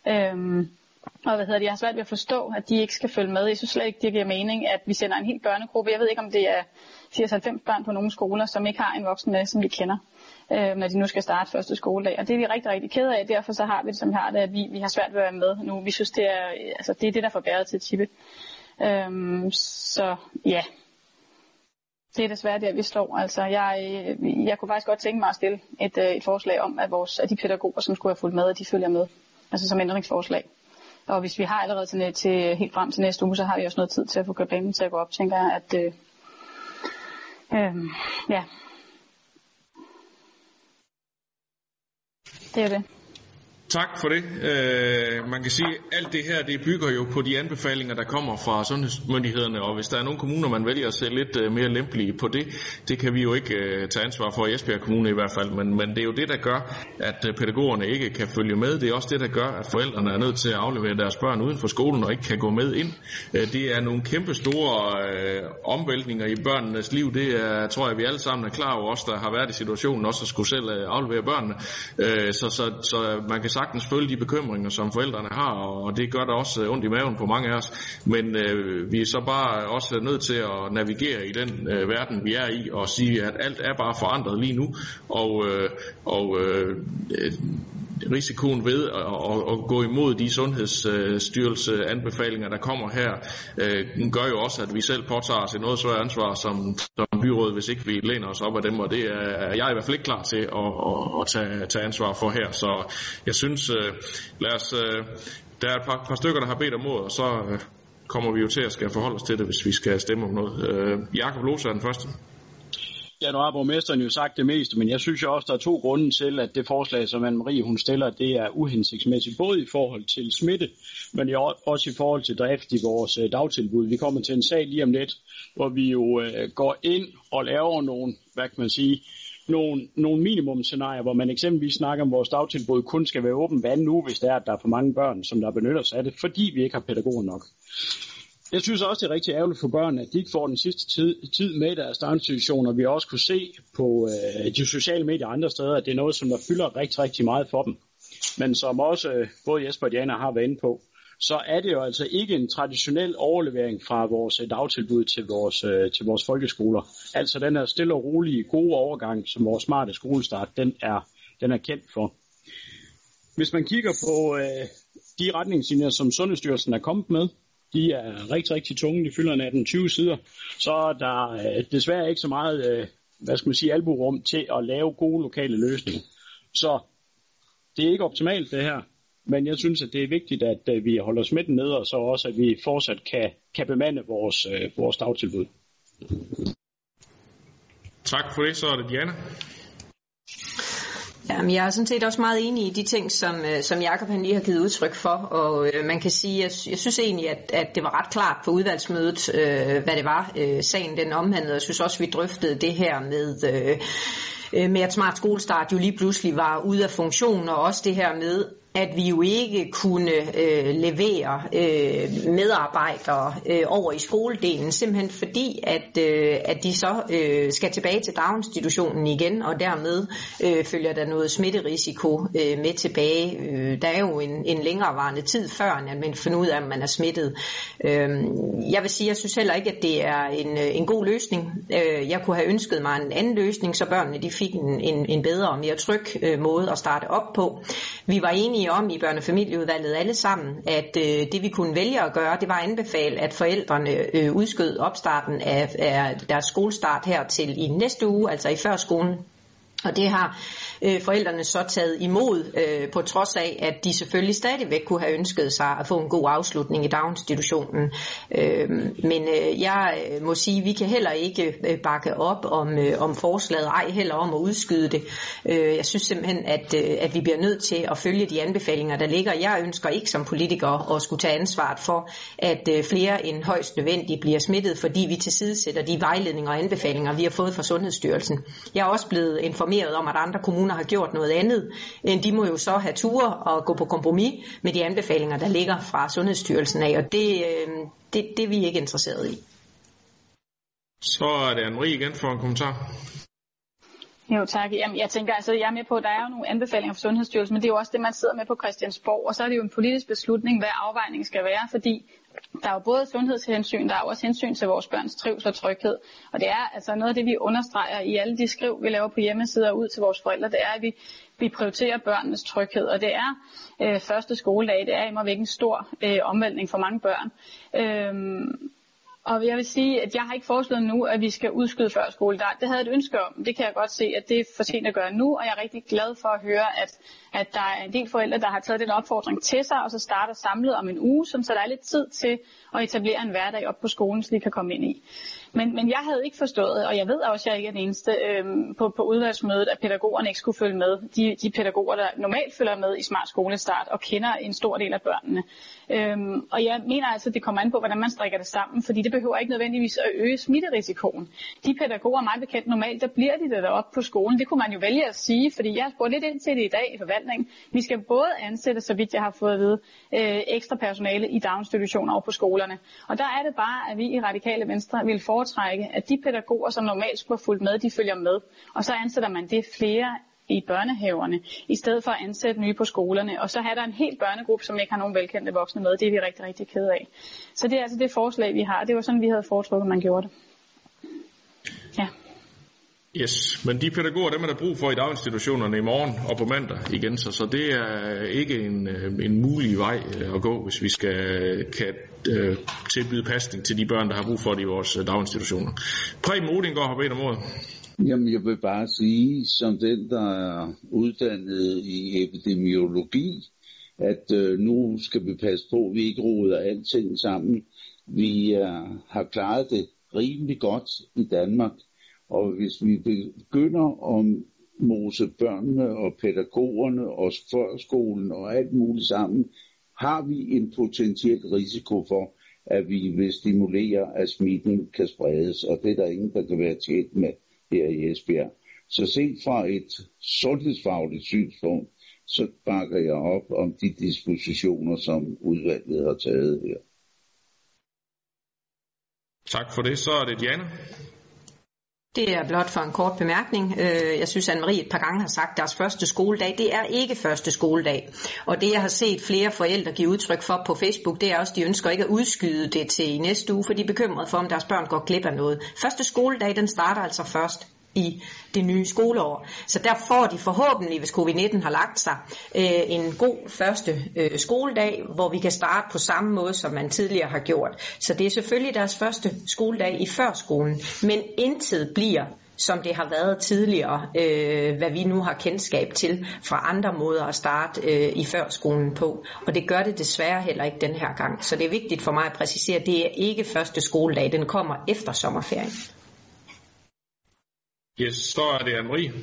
Og jeg har svært ved at forstå, at de ikke skal følge med. Jeg synes slet ikke, det giver mening, at vi sender en hel børnegruppe. Jeg ved ikke, om det er 80-90 børn på nogle skoler, som ikke har en voksen med, som vi kender, når de nu skal starte første skoledag. Og det er vi rigtig, rigtig kede af. Derfor så har vi det, som vi har det, at vi har svært ved at være med nu. Vi synes, det er det, der får bæret til at tippe. Så ja, det er desværre der, vi står. Altså, jeg kunne faktisk godt tænke mig at stille et forslag om, at de pædagoger, som skulle have fulgt med, at de følger med. Altså som ændringsforslag. Og hvis vi har allerede til helt frem til næste uge, så har vi også noget tid til at få kørt banen til at gå op, tænker jeg, at ja. Det er det. Tak for det. Man kan sige, at alt det her, det bygger jo på de anbefalinger, der kommer fra sundhedsmyndighederne, og hvis der er nogle kommuner, man vælger at se lidt mere lempelige på det kan vi jo ikke tage ansvar for i Esbjerg Kommune i hvert fald, men det er jo det, der gør, at pædagogerne ikke kan følge med. Det er også det, der gør, at forældrene er nødt til at aflevere deres børn uden for skolen og ikke kan gå med ind. Det er nogle kæmpe store omvæltninger i børnenes liv. Det tror jeg, vi alle sammen er klar over, os der har været i situationen, også at skulle selv aflevere børnene. Så man kan sagtens følge de bekymringer, som forældrene har, og det gør der også ondt i maven på mange af os. Men vi er så bare også nødt til at navigere i den verden, vi er i, og sige, at alt er bare forandret lige nu, og risikoen ved at gå imod de sundhedsstyrelseanbefalinger, der kommer her, gør jo også, at vi selv påtager os et noget større ansvar som byråd, hvis ikke vi læner os op af dem, og det er jeg i hvert fald ikke klar til at tage ansvar for her. Så jeg synes, der er et par stykker, der har bedt om ordet, og så kommer vi jo til at skal forholde os til det, hvis vi skal stemme om noget. Jakob Lose er den første. Ja, nu har borgmesteren jo sagt det meste, men jeg synes jo også, der er 2 grunde til, at det forslag, som Anne-Marie hun stiller, det er uhensigtsmæssigt, både i forhold til smitte, men også i forhold til drift i vores dagtilbud. Vi kommer til en sag lige om lidt, hvor vi jo går ind og laver nogle, hvad kan man sige, nogle minimumscenarier, hvor man eksempelvis snakker om, vores dagtilbud kun skal være åben hver anden uge, hvis der er for mange børn, som der benytter sig af det, fordi vi ikke har pædagoger nok. Jeg synes også, det er rigtig ærgerligt for børn, at de ikke får den sidste tid med deres daginstitutioner. Vi har også kunne se på de sociale medier og andre steder, at det er noget, som der fylder rigtig, rigtig meget for dem. Men som også både Jesper og Diana har været inde på, så er det jo altså ikke en traditionel overlevering fra vores dagtilbud til vores folkeskoler. Altså den her stille og rolige, gode overgang, som vores smarte skolestart, den er kendt for. Hvis man kigger på de retningslinjer, som Sundhedsstyrelsen er kommet med, de er rigtig, rigtig tunge, de fylder 18-20 sider, så er der desværre ikke så meget, albuerum til at lave gode lokale løsninger. Så det er ikke optimalt det her, men jeg synes, at det er vigtigt, at vi holder smitten nede, og så også, at vi fortsat kan bemande vores dagtilbud. Tak for det, så er det Diana. Jamen, jeg er sådan set også meget enig i de ting, som Jakob han lige har givet udtryk for, og man kan sige, at jeg synes egentlig, at det var ret klart på udvalgsmødet, hvad det var, sagen den omhandlede. Jeg synes også, vi drøftede det her med at smart skolestart jo lige pludselig var ude af funktion, og også det her med, at vi jo ikke kunne levere medarbejdere over i skoledelen, simpelthen fordi, at de så skal tilbage til daginstitutionen igen, og dermed følger der noget smitterisiko med tilbage. Der er jo en længerevarende tid før, at man finder ud af, om man er smittet. Jeg vil sige, jeg synes heller ikke, at det er en god løsning. Jeg kunne have ønsket mig en anden løsning, så børnene de fik en bedre og mere tryg måde at starte op på. Vi var enige om i børne- og familieudvalget alle sammen, at det vi kunne vælge at gøre, det var at anbefale, at forældrene udskød opstarten af deres skolestart her til i næste uge, altså i førskolen. Og det har forældrene så taget imod, på trods af, at de selvfølgelig stadigvæk kunne have ønsket sig at få en god afslutning i daginstitutionen. Men jeg må sige, at vi kan heller ikke bakke op om forslaget, ej heller om at udskyde det. Jeg synes simpelthen, at vi bliver nødt til at følge de anbefalinger, der ligger. Jeg ønsker ikke som politiker at skulle tage ansvaret for, at flere end højst nødvendigt bliver smittet, fordi vi tilsidesætter de vejledninger og anbefalinger, vi har fået fra Sundhedsstyrelsen. Jeg er også blevet informeret om, at andre kommuner har gjort noget andet. De må jo så have ture og gå på kompromis med de anbefalinger, der ligger fra Sundhedsstyrelsen af, og det er vi ikke interesseret i. Så er det Anne-Marie igen for en kommentar. Jo, tak. Jamen, jeg tænker, altså, jeg er med på, at der er jo nogle anbefalinger fra Sundhedsstyrelsen, men det er jo også det, man sidder med på Christiansborg, og så er det jo en politisk beslutning, hvad afvejningen skal være, fordi der er jo både sundhedshensyn, der er jo også hensyn til vores børns trivsel og tryghed. Og det er altså noget af det, vi understreger i alle de skriv, vi laver på hjemmesider ud til vores forældre, det er, at vi prioriterer børnenes tryghed. Og det er første skoledag, det er immer væk en stor omvæltning for mange børn. Og jeg vil sige, at jeg har ikke foreslået nu, at vi skal udskyde før skoledag. Det havde jeg et ønske om. Det kan jeg godt se, at det er for sent at gøre nu, og jeg er rigtig glad for at høre, at der er en del forældre, der har taget den opfordring til sig, og så starter samlet om en uge, så der er lidt tid til at etablere en hverdag op på skolen, så de kan komme ind i. Men jeg havde ikke forstået, og jeg ved også, at jeg ikke er den eneste på udvalgsmødet, at pædagogerne ikke skulle følge med. De pædagoger, der normalt følger med i smart skolestart og kender en stor del af børnene. Og jeg mener altså, at det kommer an på, hvordan man strikker det sammen, fordi det behøver ikke nødvendigvis at øge smitterisikoen. De pædagoger, meget bekendt normalt, der bliver de der op på skolen. Det kunne man jo vælge at sige, fordi jeg har spurgt lidt ind til det i dag i forvaltningen. Vi skal både ansætte, så vidt jeg har fået at vide, ekstra personale i daginstitutioner og på skolerne. Og der er det bare, at vi i Radikale Venstre vil foretrække, at de pædagoger, som normalt skulle have fulgt med, de følger med. Og så ansætter man det flere i børnehaverne, i stedet for at ansætte nye på skolerne. Og så har der en hel børnegruppe, som ikke har nogen velkendte voksne med. Det er vi rigtig, rigtig kede af. Så det er altså det forslag, vi har. Det var sådan, vi havde foretrukket, at man gjorde det. Ja. Yes, men de pædagoger, dem er der brug for i daginstitutionerne i morgen og på mandag igen, så det er ikke en mulig vej at gå, hvis vi kan tilbyde pasning til de børn, der har brug for det i vores daginstitutioner. Preben Odinggaard har bedt om ordet. Jamen, jeg vil bare sige, som den, der er uddannet i epidemiologi, at nu skal vi passe på, at vi ikke roder alting sammen. Vi har klaret det rimelig godt i Danmark, og hvis vi begynder at mose børnene og pædagogerne og førskolen og alt muligt sammen, har vi en potentiel risiko for, at vi vil stimulere, at smitten kan spredes, og det er der ingen, der kan være tjent med her i Esbjerg. Så set fra et sundhedsfagligt synspunkt, så bakker jeg op om de dispositioner, som udvalget har taget her. Tak for det. Så er det Diana. Det er blot for en kort bemærkning. Jeg synes, Anne-Marie et par gange har sagt, at deres første skoledag, det er ikke første skoledag. Og det, jeg har set flere forældre give udtryk for på Facebook, det er også, at de ønsker ikke at udskyde det til næste uge, for de er bekymrede for, om deres børn går glip af noget. Første skoledag, den starter altså først i det nye skoleår. Så der får de forhåbentlig, hvis covid-19 har lagt sig, en god første skoledag, hvor vi kan starte på samme måde, som man tidligere har gjort. Så det er selvfølgelig deres første skoledag i førskolen, men intet bliver, som det har været tidligere, hvad vi nu har kendskab til fra andre måder at starte i førskolen på. Og det gør det desværre heller ikke den her gang. Så det er vigtigt for mig at præcisere, at det er ikke første skoledag, den kommer efter sommerferien. Yes, så er det Anne-Marie.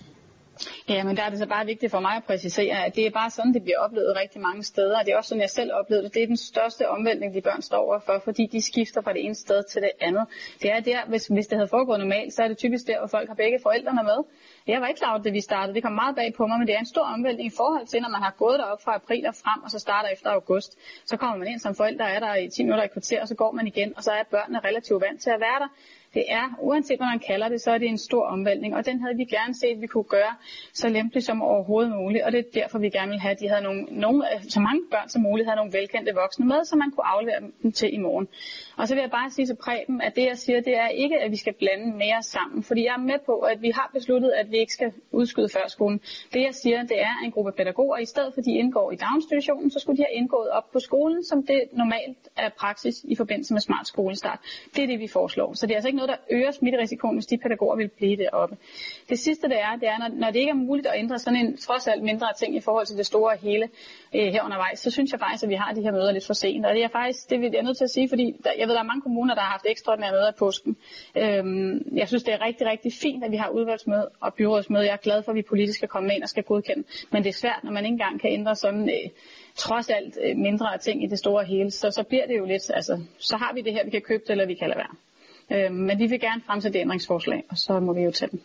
Ja, men der er det så bare vigtigt for mig at præcisere, at det er bare sådan, det bliver oplevet rigtig mange steder. Det er også sådan, jeg selv oplevede det. Det er den største omvæltning, de børn står overfor, fordi de skifter fra det ene sted til det andet. Det er der, hvis det havde foregået normalt, så er det typisk der, hvor folk har begge forældrene med. Jeg var ikke klar over det, vi startede. Det kom meget bag på mig, men det er en stor omvæltning i forhold til, når man har gået derop fra april og frem, og så starter efter august. Så kommer man ind som forælder, er der i 10 minutter i kvarter, og så går man igen, og så er børnene relativt vant til at være der. Det er, uanset hvad man kalder det, så er det en stor omvæltning, og den havde vi gerne set, at vi kunne gøre så lempeligt som overhovedet muligt, og det er derfor, vi gerne vil have, at de havde så mange børn som muligt havde nogle velkendte voksne med, så man kunne aflevere dem til i morgen. Og så vil jeg bare sige til Preben, at det jeg siger, det er ikke, at vi skal blande mere sammen, fordi jeg er med på, at vi har besluttet, at vi ikke skal udskyde førskolen. Det jeg siger, det er en gruppe pædagoger, i stedet for de indgår i daginstitutionen, så skulle de have indgået op på skolen, som det normalt er praksis i forbindelse med smart skolestart. Det er det, vi foreslår. Så det er altså ikke noget, der øger smitterisikoen, hvis de pædagoger vil blive deroppe. Det sidste, det er når det ikke er muligt at ændre sådan en trods alt mindre ting i forhold til det store hele her undervejs, så synes jeg faktisk, at vi har de her møder lidt for sent. Og det er faktisk, det vil jeg nødt til at sige, fordi jeg ved, der er mange kommuner, der har haft ekstraordinære møder i påsken. Jeg synes, det er rigtig, rigtig fint, at vi har udvalgsmøde og byrådsmøde. Jeg er glad for, at vi politisk skal komme ind og skal godkende. Men det er svært, når man ikke engang kan ændre sådan trods alt mindre ting i det store hele. Så bliver det jo lidt, altså, så har vi det her, vi kan købe det, eller vi kan lade være. Men vi vil gerne fremsætte ændringsforslag, og så må vi jo tage dem.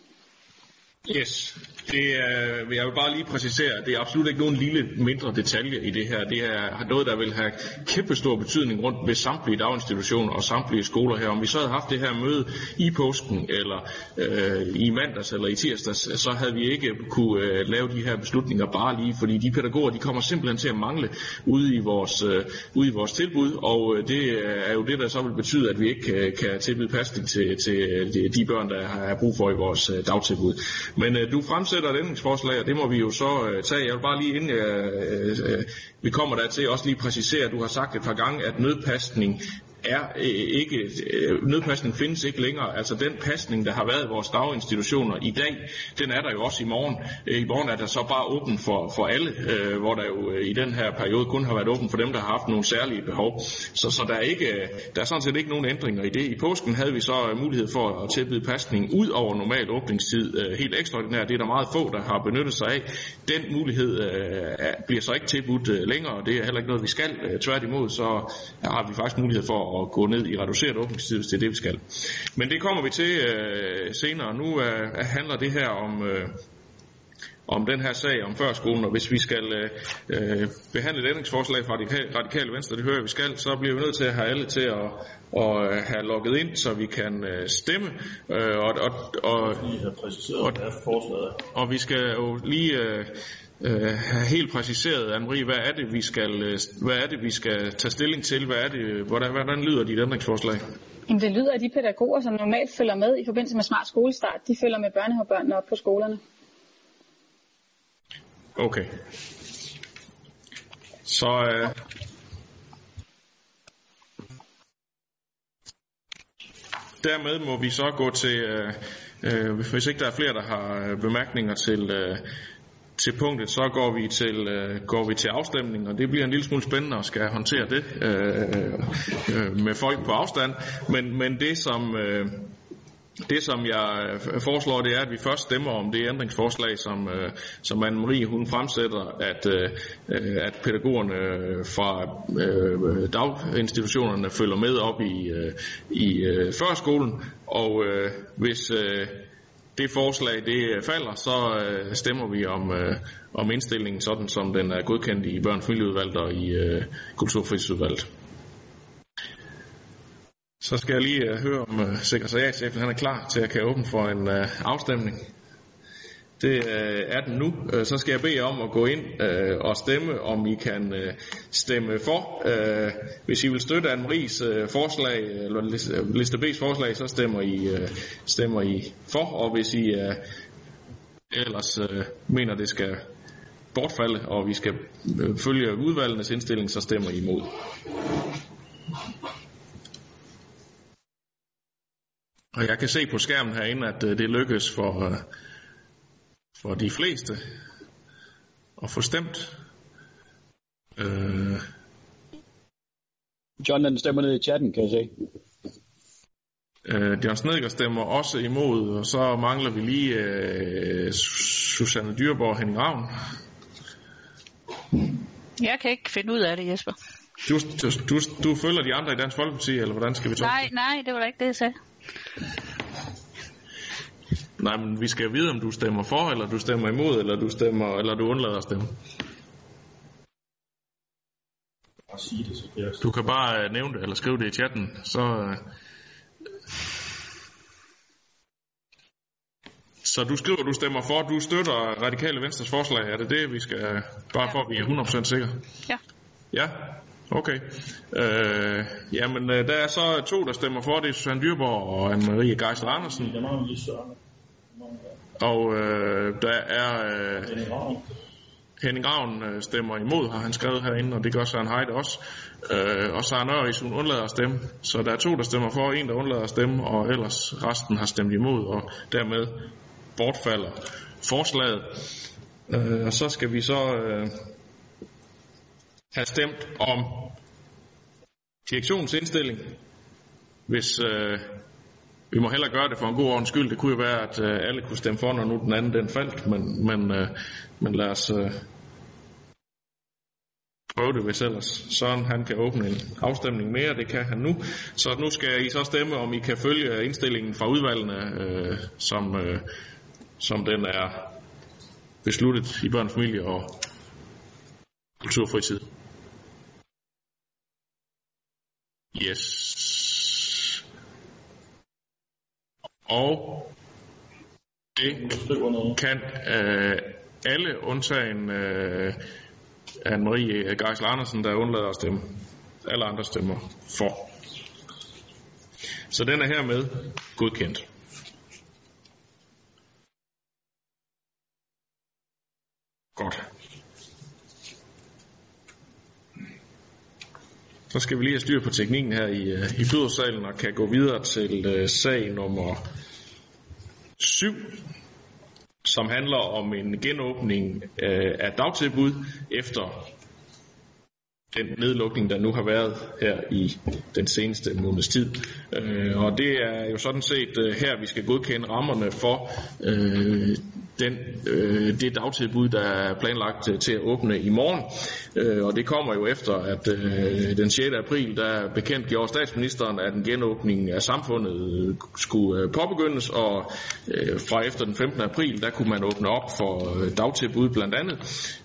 Yes, jeg vil bare lige præcisere, at det er absolut ikke nogen lille mindre detalje i det her. Det er noget, der vil have kæmpe stor betydning rundt ved samtlige daginstitutioner og samtlige skoler her. Om vi så havde haft det her møde i påsken, eller i mandags, eller i tirsdags, så havde vi ikke kunne lave de her beslutninger bare lige, fordi de pædagoger, de kommer simpelthen til at mangle ude i vores tilbud, og det er jo det, der så vil betyde, at vi ikke kan tilbyde pasning til de børn, der har brug for i vores dagtilbud. Men du fremsætter et ændringsforslag, og det må vi jo så tage. Jeg vil bare lige inden vi kommer der til også lige præcisere, at du har sagt et par gange, at nødpasning nødpasning findes ikke længere. Altså den pasning, der har været i vores daginstitutioner i dag, den er der jo også i morgen. I morgen er der så bare åben for alle, hvor der jo i den her periode kun har været åben for dem, der har haft nogle særlige behov. Så der er sådan set ikke nogen ændringer i det. I påsken havde vi så mulighed for at tilbyde pasning ud over normal åbningstid, helt ekstraordinært. Det er der meget få, der har benyttet sig af. Den mulighed bliver så ikke tilbudt længere, og det er heller ikke noget, vi skal. Tværtimod, så har vi faktisk mulighed for at gå ned i reduceret åbningstid, hvis det er det, vi skal. Men det kommer vi til senere. Nu handler det her om den her sag om førskolen, og hvis vi skal behandle et ændringsforslag fra Radikale Venstre, det hører vi skal, så bliver vi nødt til at have alle til at have logget ind, så vi kan stemme. Og vi skal jo lige have helt præciseret, Anne-Marie, hvad er det, vi skal tage stilling til? Hvordan lyder dit ændringsforslag? Jamen, det lyder, at de pædagoger, som normalt følger med i forbindelse med smart skolestart, de følger med børnehavebørnene op på skolerne. Okay. Så dermed må vi så gå til, hvis ikke der er flere, der har bemærkninger til punktet, så går vi til afstemning, og det bliver en lille smule spændende at skal håndtere det med folk på afstand. Men det som jeg foreslår, det er, at vi først stemmer om det ændringsforslag, som Anne-Marie hun fremsætter, at pædagogerne fra daginstitutionerne følger med op i førskolen, og hvis det forslag det falder, så stemmer vi om indstillingen, sådan som den er godkendt i Børn- og Familieudvalget og i Kulturfritidsudvalget. Så skal jeg lige høre, om sekretariatschefen han er klar til at kan åbne for en afstemning. Det er den nu. Så skal jeg bede om at gå ind og stemme, om I kan stemme for. Hvis I vil støtte Anne-Maries forslag, eller liste B's forslag, så stemmer I for. Og hvis I ellers mener, det skal bortfalde, og vi skal følge udvalgenes indstilling, så stemmer I imod. Og jeg kan se på skærmen herinde, at det lykkes for de fleste at få stemt. John, den stemmer ned i chatten, kan jeg se. John Snedgaard stemmer også imod, og så mangler vi lige Susanne Dyreborg Henning Ravn. Jeg kan ikke finde ud af det, Jesper. Du følger de andre i Dansk Folkeparti, eller hvordan skal vi tage? Nej, det var da ikke det, jeg sagde. Nej, men vi skal vide, om du stemmer for, eller du stemmer imod, eller du undlader at stemme. Du kan bare nævne det, eller skrive det i chatten, så du skriver, du stemmer for, du støtter Radikale Venstres forslag. Er det det, vi skal, bare for at vi er 100% sikre? Ja. Ja, okay. Jamen, der er så 2, der stemmer for, det er Susanne Dyreborg og Anne-Marie Geisler Andersen. Og der er Henning Ravn stemmer imod, har han skrevet herinde, og det gør Søren Heide også. Og Søren Øris, hun undlader at stemme. Så der er 2, der stemmer for, 1, der undlader at stemme, og ellers resten har stemt imod, og dermed bortfalder forslaget. Og så skal vi så have stemt om direktionens indstilling. Hvis vi må hellere gøre det for en god ordens skyld. Det kunne jo være, at alle kunne stemme for, når nu den anden den faldt, men lad os prøve det, hvis ellers Søren han kan åbne en afstemning mere. Det kan han nu. Så nu skal I så stemme, om I kan følge indstillingen fra udvalgene, som den er besluttet i Børn, Familie og Kulturfritid. Yes. Og det kan alle undtagen Anne-Marie Geisler Andersen, der undlader at stemme. Alle andre stemmer for. Så den er hermed godkendt. Godt. Så skal vi lige have styr på teknikken her i byrådssalen og kan gå videre til sag nummer 7, som handler om en genåbning af dagtilbud efter den nedlukning, der nu har været her i den seneste måneds tid. Og det er jo sådan set her, vi skal godkende rammerne for det dagtilbud, der er planlagt til at åbne i morgen. Og det kommer jo efter, at den 6. april, der bekendtgjorde statsministeren, at en genåbning af samfundet skulle påbegyndes, og fra efter den 15. april, der kunne man åbne op for dagtilbud blandt andet.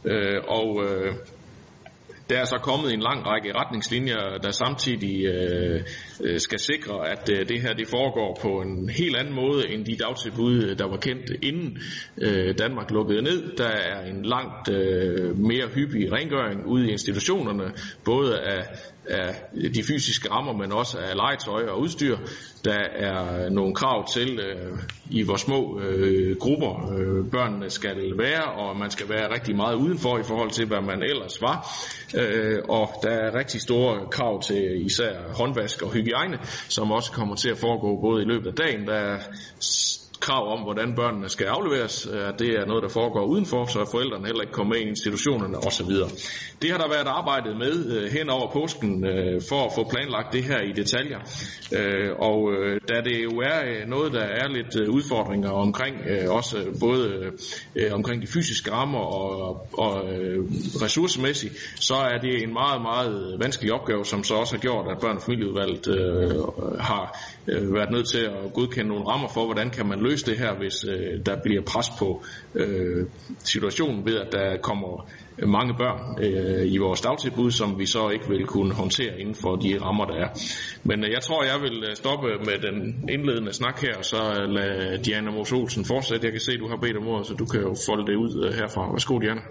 Der er så kommet en lang række retningslinjer, der samtidig skal sikre, at det her det foregår på en helt anden måde end de dagtilbud, der var kendt inden Danmark lukkede ned. Der er en langt mere hyppig rengøring ude i institutionerne, både af de fysiske rammer, men også af legetøj og udstyr. Der er nogle krav til, i hvor små grupper børnene skal være, og man skal være rigtig meget udenfor i forhold til, hvad man ellers var. Og der er rigtig store krav til især håndvask og hygiejne, som også kommer til at foregå både i løbet af dagen. Der er krav om, hvordan børnene skal afleveres. Det er noget, der foregår udenfor, så forældrene heller ikke kommer med i institutionerne osv. Det har der været arbejdet med hen over påsken for at få planlagt det her i detaljer. Og da det jo er noget, der er lidt udfordringer omkring, også både omkring de fysiske rammer og ressourcemæssigt, så er det en meget, meget vanskelig opgave, som så også har gjort, at Børn- og Familieudvalget har været nødt til at godkende nogle rammer for, hvordan kan man løse løse det her, hvis der bliver pres på situationen ved, at der kommer mange børn i vores dagtilbud, som vi så ikke vil kunne håndtere inden for de rammer, der er. Men jeg tror, jeg vil stoppe med den indledende snak her, og så lade Diana Mose Olsen fortsætte. Jeg kan se, at du har bedt om ordet, så du kan jo folde det ud herfra. Værsgo, Diana.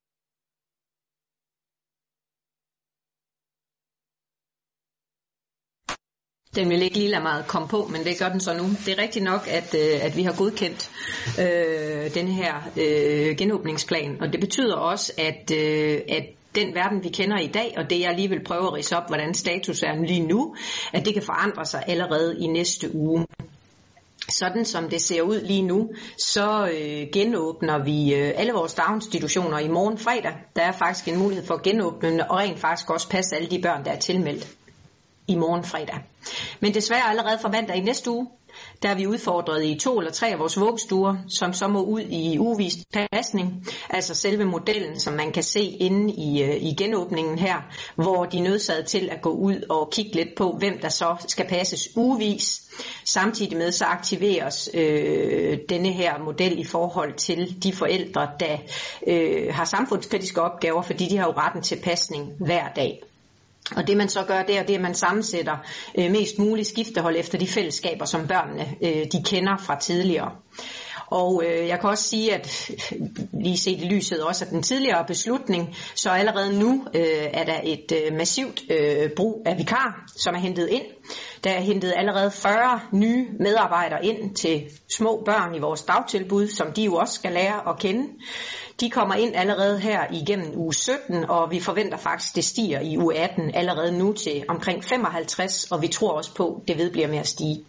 Den vil ikke lige lade meget komme på, men det gør den så nu. Det er rigtigt nok, at vi har godkendt den her genåbningsplan, og det betyder også, at den verden, vi kender i dag, og det jeg lige vil prøve at ridse op, hvordan status er lige nu, at det kan forandre sig allerede i næste uge. Sådan som det ser ud lige nu, så genåbner vi alle vores daginstitutioner i morgen fredag. Der er faktisk en mulighed for at genåbne, og rent faktisk også passe alle de børn, der er tilmeldt i morgen fredag. Men desværre allerede fra mandag i næste uge, der er vi udfordret i 2 eller 3 af vores vuggestuer, som så må ud i ugevist pasning, altså selve modellen, som man kan se inde i genåbningen her, hvor de er nødsaget til at gå ud og kigge lidt på, hvem der så skal passes ugevis. Samtidig med så aktiveres denne her model i forhold til de forældre, der har samfundskritiske opgaver, fordi de har jo retten til pasning hver dag. Og det man så gør der, det er, at man sammensætter mest muligt skiftehold efter de fællesskaber, som børnene de kender fra tidligere. Og jeg kan også sige, at lige set i lyset også af den tidligere beslutning, så allerede nu er der et massivt brug af vikar, som er hentet ind. Der er hentet allerede 40 nye medarbejdere ind til små børn i vores dagtilbud, som de jo også skal lære at kende. De kommer ind allerede her igennem uge 17, og vi forventer faktisk, det stiger i uge 18 allerede nu til omkring 55, og vi tror også på, det vedbliver med at stige.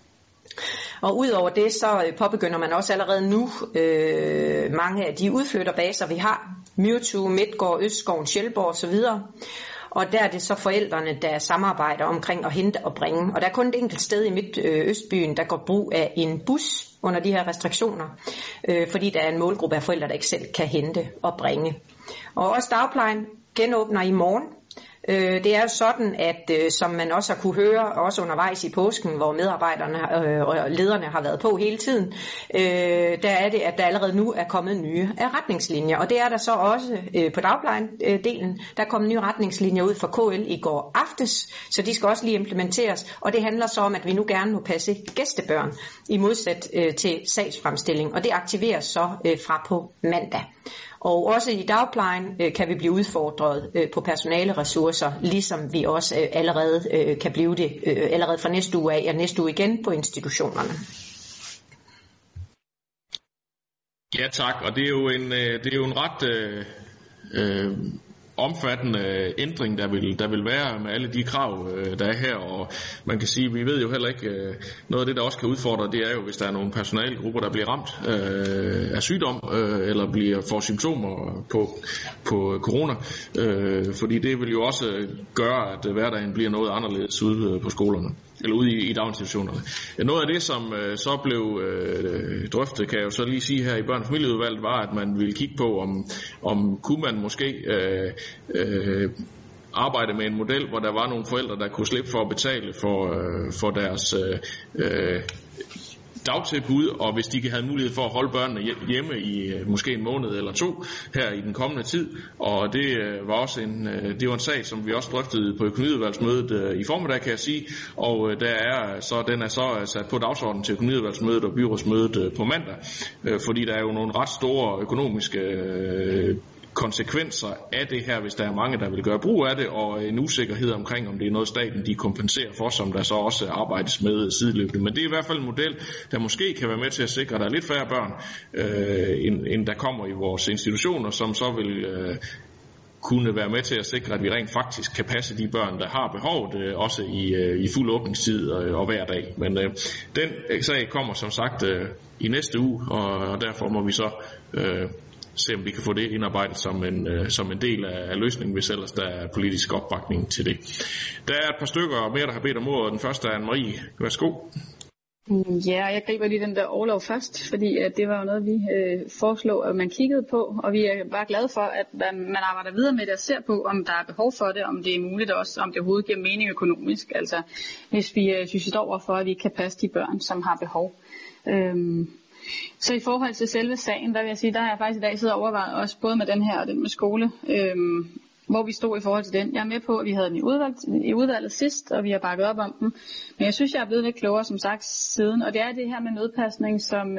Og udover det, så påbegynder man også allerede nu mange af de udflytterbaser, vi har. Myrtu, Midtgård, Østskoven, Sjælborg osv. Og der er det så forældrene, der samarbejder omkring at hente og bringe. Og der er kun et enkelt sted i Midt-Østbyen, der går brug af en bus under de her restriktioner, fordi der er en målgruppe af forældre, der ikke selv kan hente og bringe. Og også dagplejen genåbner i morgen. Det er jo sådan, at som man også har kunne høre, også undervejs i påsken, hvor medarbejderne og lederne har været på hele tiden, der er det, at der allerede nu er kommet nye retningslinjer. Og det er der så også på dagplejen-delen. Der er kommet nye retningslinjer ud fra KL i går aftes, så de skal også lige implementeres. Og det handler så om, at vi nu gerne må passe gæstebørn i modsat til sagsfremstilling. Og det aktiveres så fra på mandag. Og også i dagplejen kan vi blive udfordret på personaleressourcer, ligesom vi også allerede kan blive det allerede fra næste uge af og næste uge igen på institutionerne. Ja tak, og det er jo en ret omfattende ændring, der vil være med alle de krav, der er her, og man kan sige, vi ved jo heller ikke, noget af det, der også kan udfordre, det er jo, hvis der er nogle personalegrupper, der bliver ramt af sygdom, eller får symptomer på corona, fordi det vil jo også gøre, at hverdagen bliver noget anderledes ude på skolerne, eller ude i daginstitutionerne. Noget af det, som så blev drøftet, kan jeg jo så lige sige her i børne- og familieudvalget, var, at man ville kigge på, om kunne man måske arbejde med en model, hvor der var nogle forældre, der kunne slippe for at betale for deres dagtilbud, og hvis de havde mulighed for at holde børnene hjemme i måske en måned eller 2 her i den kommende tid. Og det var også en sag, som vi også drøftede på økonomiudvalgsmødet i formiddag, kan jeg sige, og den er så sat på dagsordenen til økonomiudvalgsmødet og byrådsmødet på mandag, fordi der er jo nogle ret store økonomiske konsekvenser af det her, hvis der er mange, der vil gøre brug af det, og en usikkerhed omkring, om det er noget staten, de kompenserer for, som der så også arbejdes med sideløbende. Men det er i hvert fald en model, der måske kan være med til at sikre, at der er lidt færre børn, end der kommer i vores institutioner, som så vil kunne være med til at sikre, at vi rent faktisk kan passe de børn, der har behovet, også i fuld åbningstid og hver dag. Men den sag kommer som sagt i næste uge, og derfor må vi så se om vi kan få det indarbejdet som en del af løsningen, hvis ellers der er politisk opbakning til det. Der er et par stykker mere, der har bedt om ordet. Den første er Anne-Marie. Værsgo. Ja, jeg griber lige den der orlov først, fordi det var jo noget, vi foreslog, at man kiggede på, og vi er bare glade for, at man arbejder videre med det og ser på, om der er behov for det, om det er muligt også, om det overhovedet giver mening økonomisk, altså hvis vi står over for, at vi ikke kan passe de børn, som har behov. Så i forhold til selve sagen, der vil jeg sige, der har jeg faktisk i dag siddet og overvejet også, både med den her og den med skole, hvor vi stod i forhold til den. Jeg er med på, at vi havde den i udvalget sidst, og vi har bakket op om den. Men jeg synes, jeg er blevet lidt klogere, som sagt, siden. Og det er det her med nødpasning,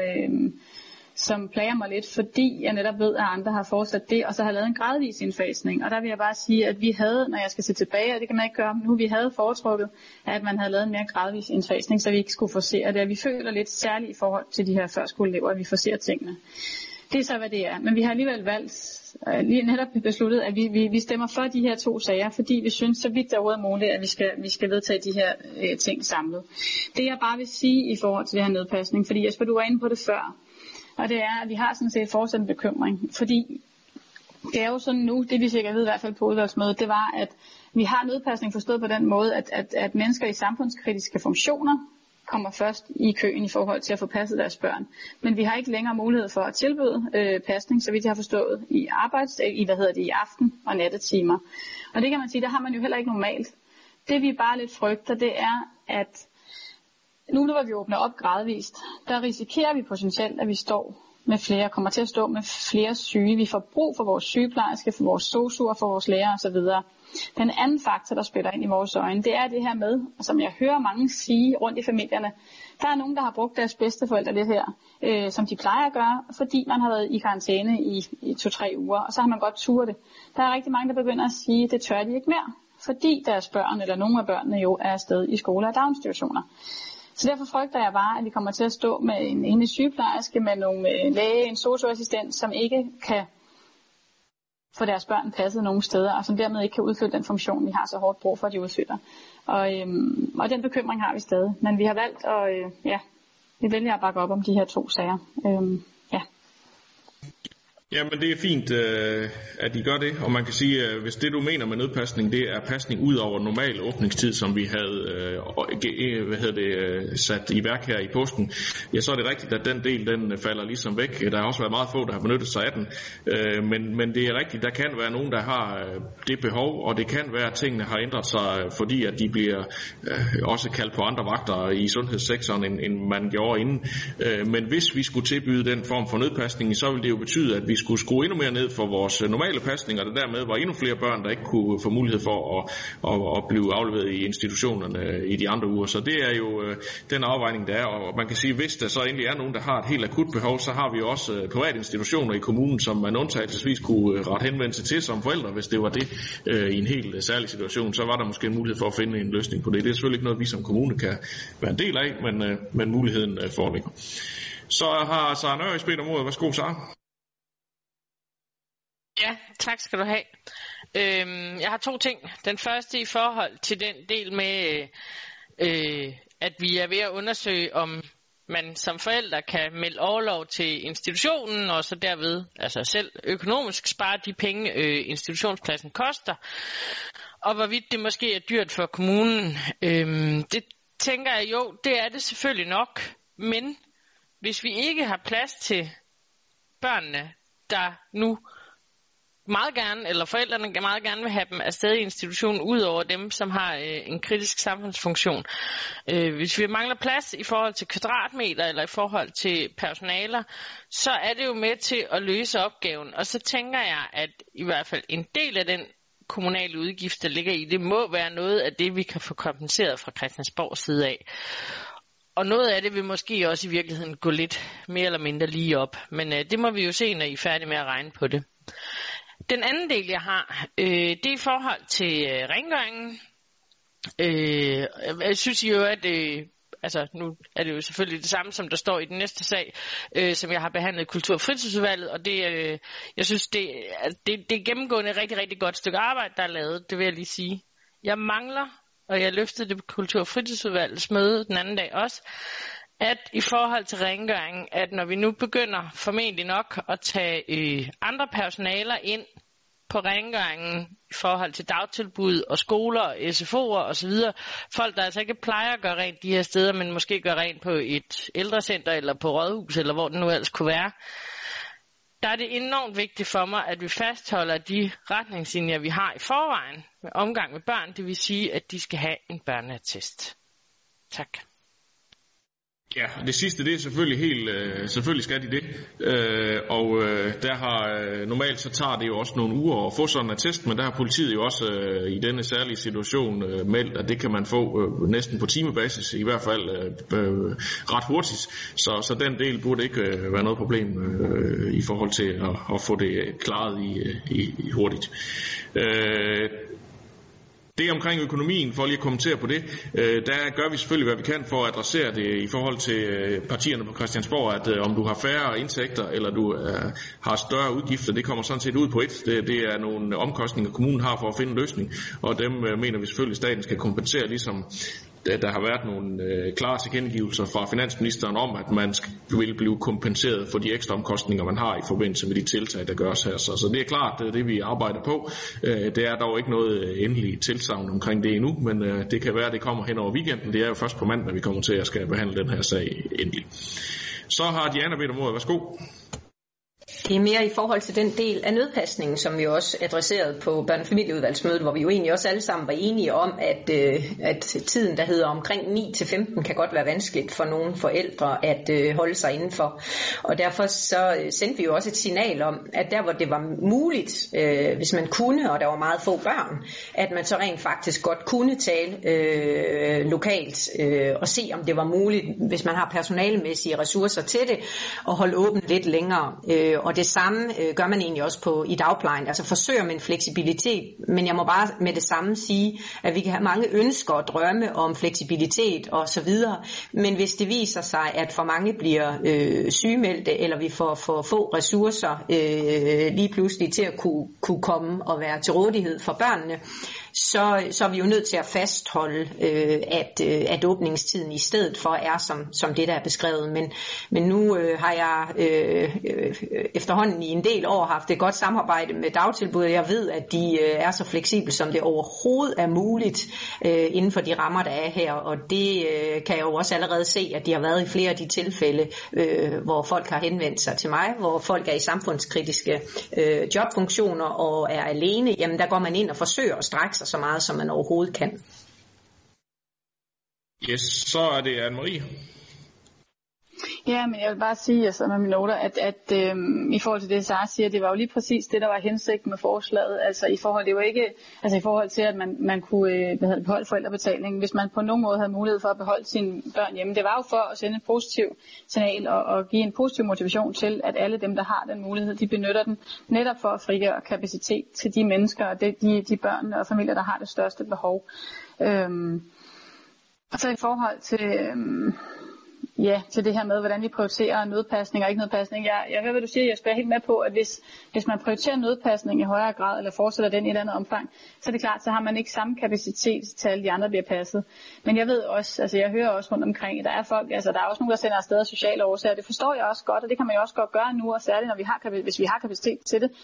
som plager mig lidt, fordi jeg netop ved, at andre har fortsat det, og så har lavet en gradvis indfasning. Og der vil jeg bare sige, at vi havde, når jeg skal se tilbage, og det kan man ikke gøre nu, vi havde foretrukket, at man havde lavet en mere gradvis indfasning, så vi ikke skulle forsere det. Og vi føler lidt særligt i forhold til de her førskoleelever, at vi forserer tingene. Det er så, hvad det er. Men vi har alligevel valgt, lige netop besluttet, at vi stemmer for de her 2 sager, fordi vi synes, så vidt det overhovedet er muligt, at vi skal vedtage de her ting samlet. Det jeg bare vil sige i forhold til det her nedpasning, fordi Jesper, du var inde på det før, og det er, at vi har sådan set fortsat en bekymring, fordi det er jo sådan nu, det vi sikkert ved i hvert fald på udvalgsmødet, det var, at vi har nødpasning forstået på den måde, at mennesker i samfundskritiske funktioner kommer først i køen i forhold til at få passet deres børn. Men vi har ikke længere mulighed for at tilbyde pasning, så vidt jeg har forstået, i i aften- og nattetimer. Og det kan man sige, der har man jo heller ikke normalt. Det vi bare lidt frygter, det er, at nu når vi åbner op gradvist, der risikerer vi potentielt, at vi kommer til at stå med flere syge. Vi får brug for vores sygeplejerske, for vores sosuer, for vores lærer osv. Den anden faktor, der spiller ind i vores øjne, det er det her med, som jeg hører mange sige rundt i familierne, der er nogen, der har brugt deres bedsteforældre det her, som de plejer at gøre, fordi man har været i karantæne i 2-3 uger, og så har man godt turet det. Der er rigtig mange, der begynder at sige, at det tør de ikke mere, fordi deres børn, eller nogle af børnene jo, er afsted i skoler og daginstitutioner. Så derfor frygter jeg bare, at vi kommer til at stå med en enlig sygeplejerske, med nogle læge, en sosu-assistent, som ikke kan få deres børn passet nogle steder, og som dermed ikke kan udfylde den funktion, vi har så hårdt brug for, at de udfylder. Og den bekymring har vi stadig. Men vi har valgt at, vi vælger at bakke op om de her 2 sager. Jamen det er fint, at I gør det, og man kan sige, at hvis det du mener med nødpasning, det er pasning ud over normal åbningstid, som vi havde sat i værk her i påsken, ja, så er det rigtigt, at den del, den falder ligesom væk. Der har også været meget få, der har benyttet sig af den, men det er rigtigt, der kan være nogen, der har det behov, og det kan være, at tingene har ændret sig, fordi at de bliver også kaldt på andre vagter i sundhedssektoren, end man gjorde inden. Men hvis vi skulle tilbyde den form for nødpasning, så ville det jo betyde, at vi skulle skrue endnu mere ned for vores normale pasning, og der dermed var endnu flere børn, der ikke kunne få mulighed for at blive afleveret i institutionerne i de andre uger. Så det er jo den afvejning, der er, og man kan sige, hvis der så endelig er nogen, der har et helt akut behov, så har vi jo også private institutioner i kommunen, som man undtagelsesvis kunne rette henvendelse til som forældre, hvis det var det i en helt særlig situation, så var der måske en mulighed for at finde en løsning på det. Det er selvfølgelig ikke noget, vi som kommune kan være en del af, men muligheden foreligger. Så har Sara Nørre bedt om ordet. Værsgo, Sara. Ja, tak skal du have. Jeg har 2 ting. Den første i forhold til den del med, at vi er ved at undersøge, om man som forældre kan melde orlov til institutionen, og så derved altså selv økonomisk spare de penge, institutionspladsen koster, og hvorvidt det måske er dyrt for kommunen. Det tænker jeg jo, det er det selvfølgelig nok, men hvis vi ikke har plads til børnene, der nu meget gerne, eller forældrene meget gerne vil have dem afsted i institutionen, ud over dem, som har en kritisk samfundsfunktion. Hvis vi mangler plads i forhold til kvadratmeter, eller i forhold til personaler, så er det jo med til at løse opgaven. Og så tænker jeg, at i hvert fald en del af den kommunale udgift, der ligger i det, må være noget af det, vi kan få kompenseret fra Christiansborgs side af. Og noget af det vil måske også i virkeligheden gå lidt mere eller mindre lige op. Men det må vi jo se, når I er færdige med at regne på det. Den anden del, jeg har, det er i forhold til rengøringen. Jeg synes jo, at altså nu er det jo selvfølgelig det samme, som der står i den næste sag, som jeg har behandlet i Kultur- og Fritidsudvalget, og det, jeg synes, det er gennemgående et rigtig, rigtig godt stykke arbejde, der er lavet, det vil jeg lige sige. Jeg mangler, og jeg løftede det på Kultur- og Fritidsudvalgets møde den anden dag også, at i forhold til rengøringen, at når vi nu begynder formentlig nok at tage andre personaler ind på rengøringen i forhold til dagtilbud og skoler og SFO'er osv. Folk, der altså ikke plejer at gøre rent de her steder, men måske gør rent på et ældrecenter eller på rådhus, eller hvor det nu ellers kunne være. Der er det enormt vigtigt for mig, at vi fastholder de retningslinjer, vi har i forvejen med omgang med børn. Det vil sige, at de skal have en børneattest. Tak. Ja, det sidste, det er selvfølgelig skal de det. Der har normalt så tager det jo også nogle uger at få sådan en attest, men der har politiet jo også i denne særlige situation meldt, at det kan man få næsten på timebasis, i hvert fald ret hurtigt. Så den del burde ikke være noget problem i forhold til at få det klaret i hurtigt. Det omkring økonomien, for lige at kommentere på det, der gør vi selvfølgelig, hvad vi kan for at adressere det i forhold til partierne på Christiansborg, at om du har færre indtægter, eller du har større udgifter, det kommer sådan set ud på et. Det er nogle omkostninger, kommunen har for at finde en løsning, og dem mener vi selvfølgelig, at staten skal kompensere, ligesom der har været nogle klare tilkendegivelser fra finansministeren om, at man vil blive kompenseret for de ekstra omkostninger, man har i forbindelse med de tiltag, der gøres her. Så det er klart, det er det, vi arbejder på. Det er dog ikke noget endeligt tilsagn omkring det endnu, men det kan være, at det kommer hen over weekenden. Det er jo først på mandag, vi kommer til at skal behandle den her sag endelig. Så har Diana bedt om ordet. Værsgo. Det er mere i forhold til den del af nødpasningen, som vi også adresserede på børne- og familieudvalgsmødet, hvor vi jo egentlig også alle sammen var enige om, at tiden, der hedder omkring 9 til 15, kan godt være vanskeligt for nogle forældre at holde sig indenfor. Og derfor så sendte vi jo også et signal om, at der hvor det var muligt, hvis man kunne, og der var meget få børn, at man så rent faktisk godt kunne tale lokalt og se, om det var muligt, hvis man har personalemæssige ressourcer til det, at holde åbent lidt længere. Og det samme gør man egentlig også i dagplejen, altså forsøger med en fleksibilitet, men jeg må bare med det samme sige, at vi kan have mange ønsker og drømme om fleksibilitet og så videre, men hvis det viser sig, at for mange bliver sygemeldte, eller vi får få ressourcer lige pludselig til at kunne komme og være til rådighed for børnene, så er vi jo nødt til at fastholde, at åbningstiden i stedet for er som det, der er beskrevet. Men nu har jeg efterhånden i en del år haft et godt samarbejde med dagtilbud. Jeg ved, at de er så fleksible, som det overhovedet er muligt inden for de rammer, der er her. Og det kan jeg jo også allerede se, at de har været i flere af de tilfælde, hvor folk har henvendt sig til mig, hvor folk er i samfundskritiske jobfunktioner og er alene. Jamen der går man ind og forsøger at strække sig så meget, som man overhovedet kan. Yes, så er det Anne-Marie. Ja, men jeg vil bare sige altså med mine noter, at i forhold til det, Sara siger, det var jo lige præcis det, der var hensigten med forslaget. Altså i forhold til, at man kunne beholde forældrebetalingen, hvis man på nogen måde havde mulighed for at beholde sine børn hjemme. Det var jo for at sende et positivt signal og give en positiv motivation til, at alle dem, der har den mulighed, de benytter den netop for at frigøre kapacitet til de mennesker og de børn og familier, der har det største behov. Og så i forhold til det her med, hvordan vi prioriterer nødpasning og ikke nødpasning. Jeg hører, hvad du siger, Jesper. Jeg er helt med på, at hvis man prioriterer nødpasning i højere grad, eller fortsætter den i et andet omfang, så er det klart, så har man ikke samme kapacitet til, at alle de andre bliver passet. Men jeg ved også, altså jeg hører også rundt omkring, at der er folk, altså der er også nogen, der sender afsted af sociale årsager. Det forstår jeg også godt, og det kan man jo også godt gøre nu, og særligt når hvis vi har kapacitet til det.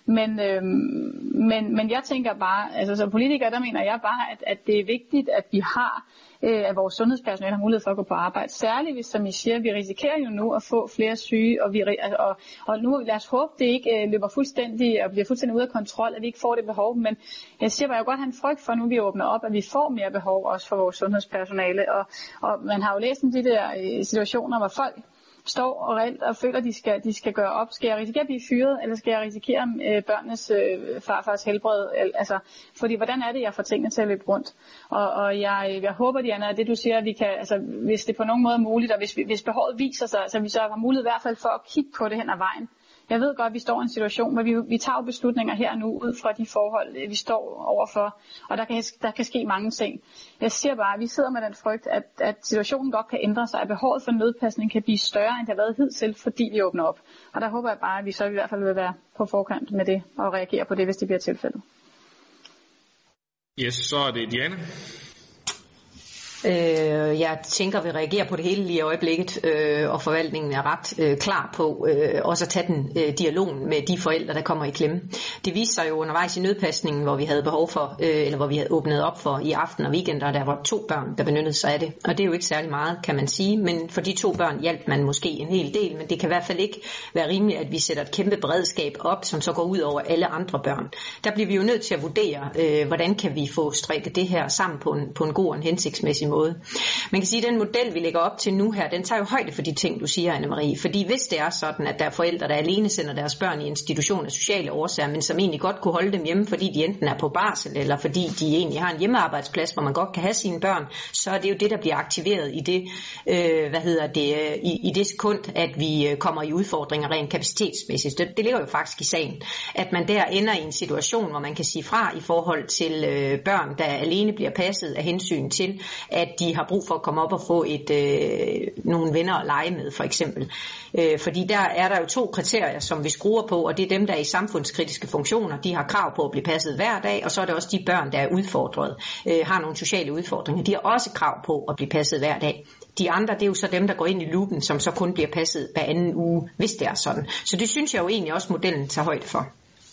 Men jeg tænker bare, altså som politiker, der mener jeg bare, at det er vigtigt, at vi har at vores sundhedspersonale har mulighed for at gå på arbejde. Særligt hvis, som I siger, vi risikerer jo nu at få flere syge, og nu lad os håbe, det ikke løber fuldstændig og bliver fuldstændig ude af kontrol, at vi ikke får det behov. Men jeg siger bare, jeg godt have en frygt for, nu vi åbner op, at vi får mere behov også for vores sundhedspersonale. Og man har jo læst om de der situationer, hvor folk står og reelt og føler, at de skal gøre op. Skal jeg risikere at blive fyret, eller skal jeg risikere børnenes farfars helbred? Altså, fordi hvordan er det, jeg får tingene til at løbe rundt? Og jeg håber, Diana, at det du siger, at vi kan, altså, hvis det på nogen måde er muligt, og hvis behovet viser sig, så vi så har mulighed i hvert fald for at kigge på det hen ad vejen. Jeg ved godt, at vi står i en situation, hvor vi tager beslutninger her nu ud fra de forhold, vi står overfor, og der kan ske mange ting. Jeg siger bare, at vi sidder med den frygt, at situationen godt kan ændre sig, at behovet for nødpasning kan blive større, end det har været hidtil, fordi vi åbner op. Og der håber jeg bare, at vi så i hvert fald vil være på forkant med det, og reagere på det, hvis det bliver tilfældet. Yes, så er det Diana. Jeg tænker, vi reagerer på det hele lige i øjeblikket, og forvaltningen er ret klar på også at tage den dialogen med de forældre, der kommer i klemme. Det viste sig jo undervejs i nødpasningen, hvor vi havde behov for, eller hvor vi havde åbnet op for i aften og weekender, der var 2 børn, der benyttede sig af det. Og det er jo ikke særlig meget, kan man sige, men for de 2 børn hjalp man måske en hel del, men det kan i hvert fald ikke være rimeligt, at vi sætter et kæmpe beredskab op, som så går ud over alle andre børn. Der bliver vi jo nødt til at vurdere, hvordan kan vi få strikket det her sammen på en god og en hensigtsmæssig måde. Man kan sige, at den model, vi lægger op til nu her, den tager jo højde for de ting, du siger, Anne-Marie. Fordi hvis det er sådan, at der er forældre, der alene sender deres børn i institution af sociale årsager, men som egentlig godt kunne holde dem hjemme, fordi de enten er på barsel, eller fordi de egentlig har en hjemmearbejdsplads, hvor man godt kan have sine børn, så er det jo det, der bliver aktiveret i det, i det sekund, at vi kommer i udfordringer rent kapacitetsmæssigt. Det ligger jo faktisk i sagen, at man der ender i en situation, hvor man kan sige fra i forhold til børn, der alene bliver passet af hensyn til, at de har brug for at komme op og få nogle venner at lege med, for eksempel. Fordi der er der jo 2 kriterier, som vi skruer på, og det er dem, der er i samfundskritiske funktioner. De har krav på at blive passet hver dag, og så er det også de børn, der er udfordret, har nogle sociale udfordringer. De har også krav på at blive passet hver dag. De andre, det er jo så dem, der går ind i loopen, som så kun bliver passet hver anden uge, hvis det er sådan. Så det synes jeg jo egentlig også, modellen tager højde for.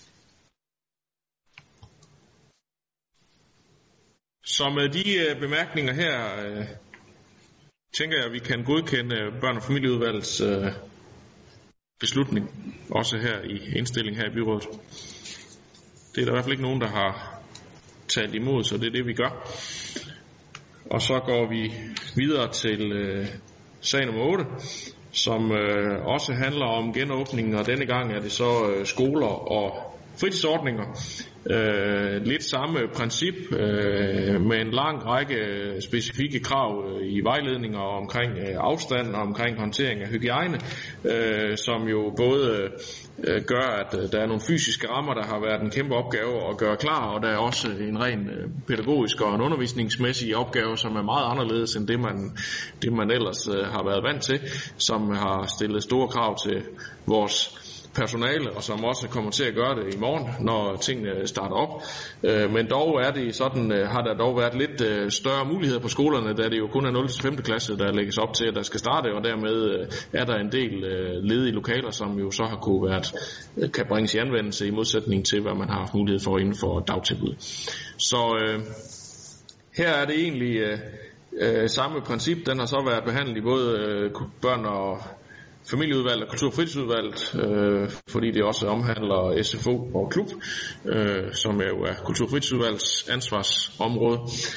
Så med de bemærkninger her, tænker jeg, at vi kan godkende børn- og familieudvalgets beslutning, også her i indstillingen her i byrådet. Det er der i hvert fald ikke nogen, der har talt imod, så det er det, vi gør. Og så går vi videre til sag nummer 8, som også handler om genåbningen, og denne gang er det så skoler og fritidsordninger. Lidt samme princip med en lang række specifikke krav i vejledninger omkring afstand og omkring håndtering af hygiejne, som jo både gør, at der er nogle fysiske rammer, der har været en kæmpe opgave at gøre klar, og der er også en ren pædagogisk og en undervisningsmæssig opgave, som er meget anderledes end det man ellers har været vant til, som har stillet store krav til vores personale, og som også kommer til at gøre det i morgen, når tingene starter op. Men dog er det sådan, har der dog været lidt større muligheder på skolerne, da det jo kun er 0. til 5. klasse, der lægges op til, at der skal starte, og dermed er der en del ledige lokaler, som jo så har kan bringes i anvendelse i modsætning til, hvad man har haft mulighed for inden for dagtilbud. Så her er det egentlig samme princip. Den har så været behandlet i både børn- og familieudvalg og kultur- og fritidsudvalget, fordi det også omhandler SFO og klub, som jo er kultur- og fritidsudvalgets ansvarsområde.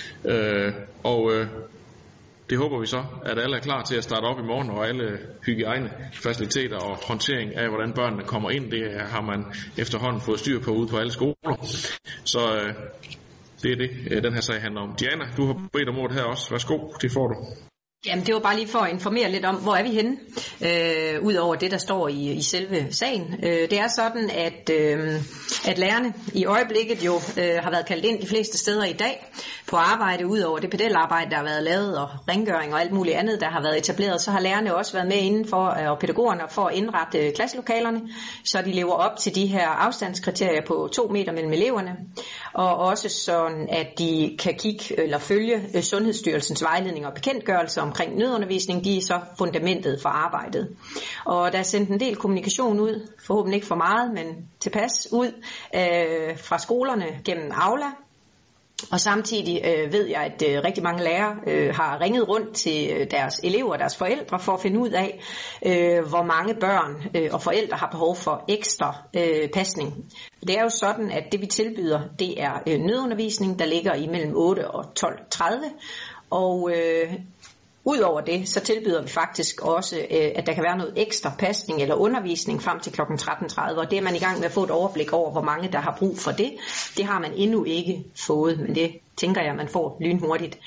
Det håber vi så, at alle er klar til at starte op i morgen, og alle hygiejnefaciliteter og håndtering af, hvordan børnene kommer ind, det har man efterhånden fået styr på ude på alle skoler. Så det er det, den her sag handler om. Diana, du har bedt om ordet her også. Værsgo, det får du. Jamen det var bare lige for at informere lidt om, hvor er vi henne, ud over det, der står i selve sagen. Det er sådan, at lærerne i øjeblikket jo har været kaldt ind de fleste steder i dag på arbejde, ud over det pedelarbejde, der har været lavet, og rengøring og alt muligt andet, der har været etableret. Så har lærerne også været med indenfor, og pædagogerne, for at indrette klasselokalerne, så de lever op til de her afstandskriterier på 2 meter mellem eleverne, og også sådan, at de kan kigge eller følge Sundhedsstyrelsens vejledning og bekendtgørelser omkring nødundervisning. De er så fundamentet for arbejdet. Og der er sendt en del kommunikation ud, forhåbentlig ikke for meget, men tilpas ud fra skolerne gennem Aula. Og samtidig ved jeg, at rigtig mange lærere har ringet rundt til deres elever og deres forældre for at finde ud af, hvor mange børn og forældre har behov for ekstra pasning. Det er jo sådan, at det vi tilbyder, det er nødundervisning, der ligger imellem 8 og 12:30. Og udover det, så tilbyder vi faktisk også, at der kan være noget ekstra pasning eller undervisning frem til kl. 13:30, og det er man i gang med at få et overblik over, hvor mange der har brug for det. Det har man endnu ikke fået, men det tænker jeg, man får lynhurtigt.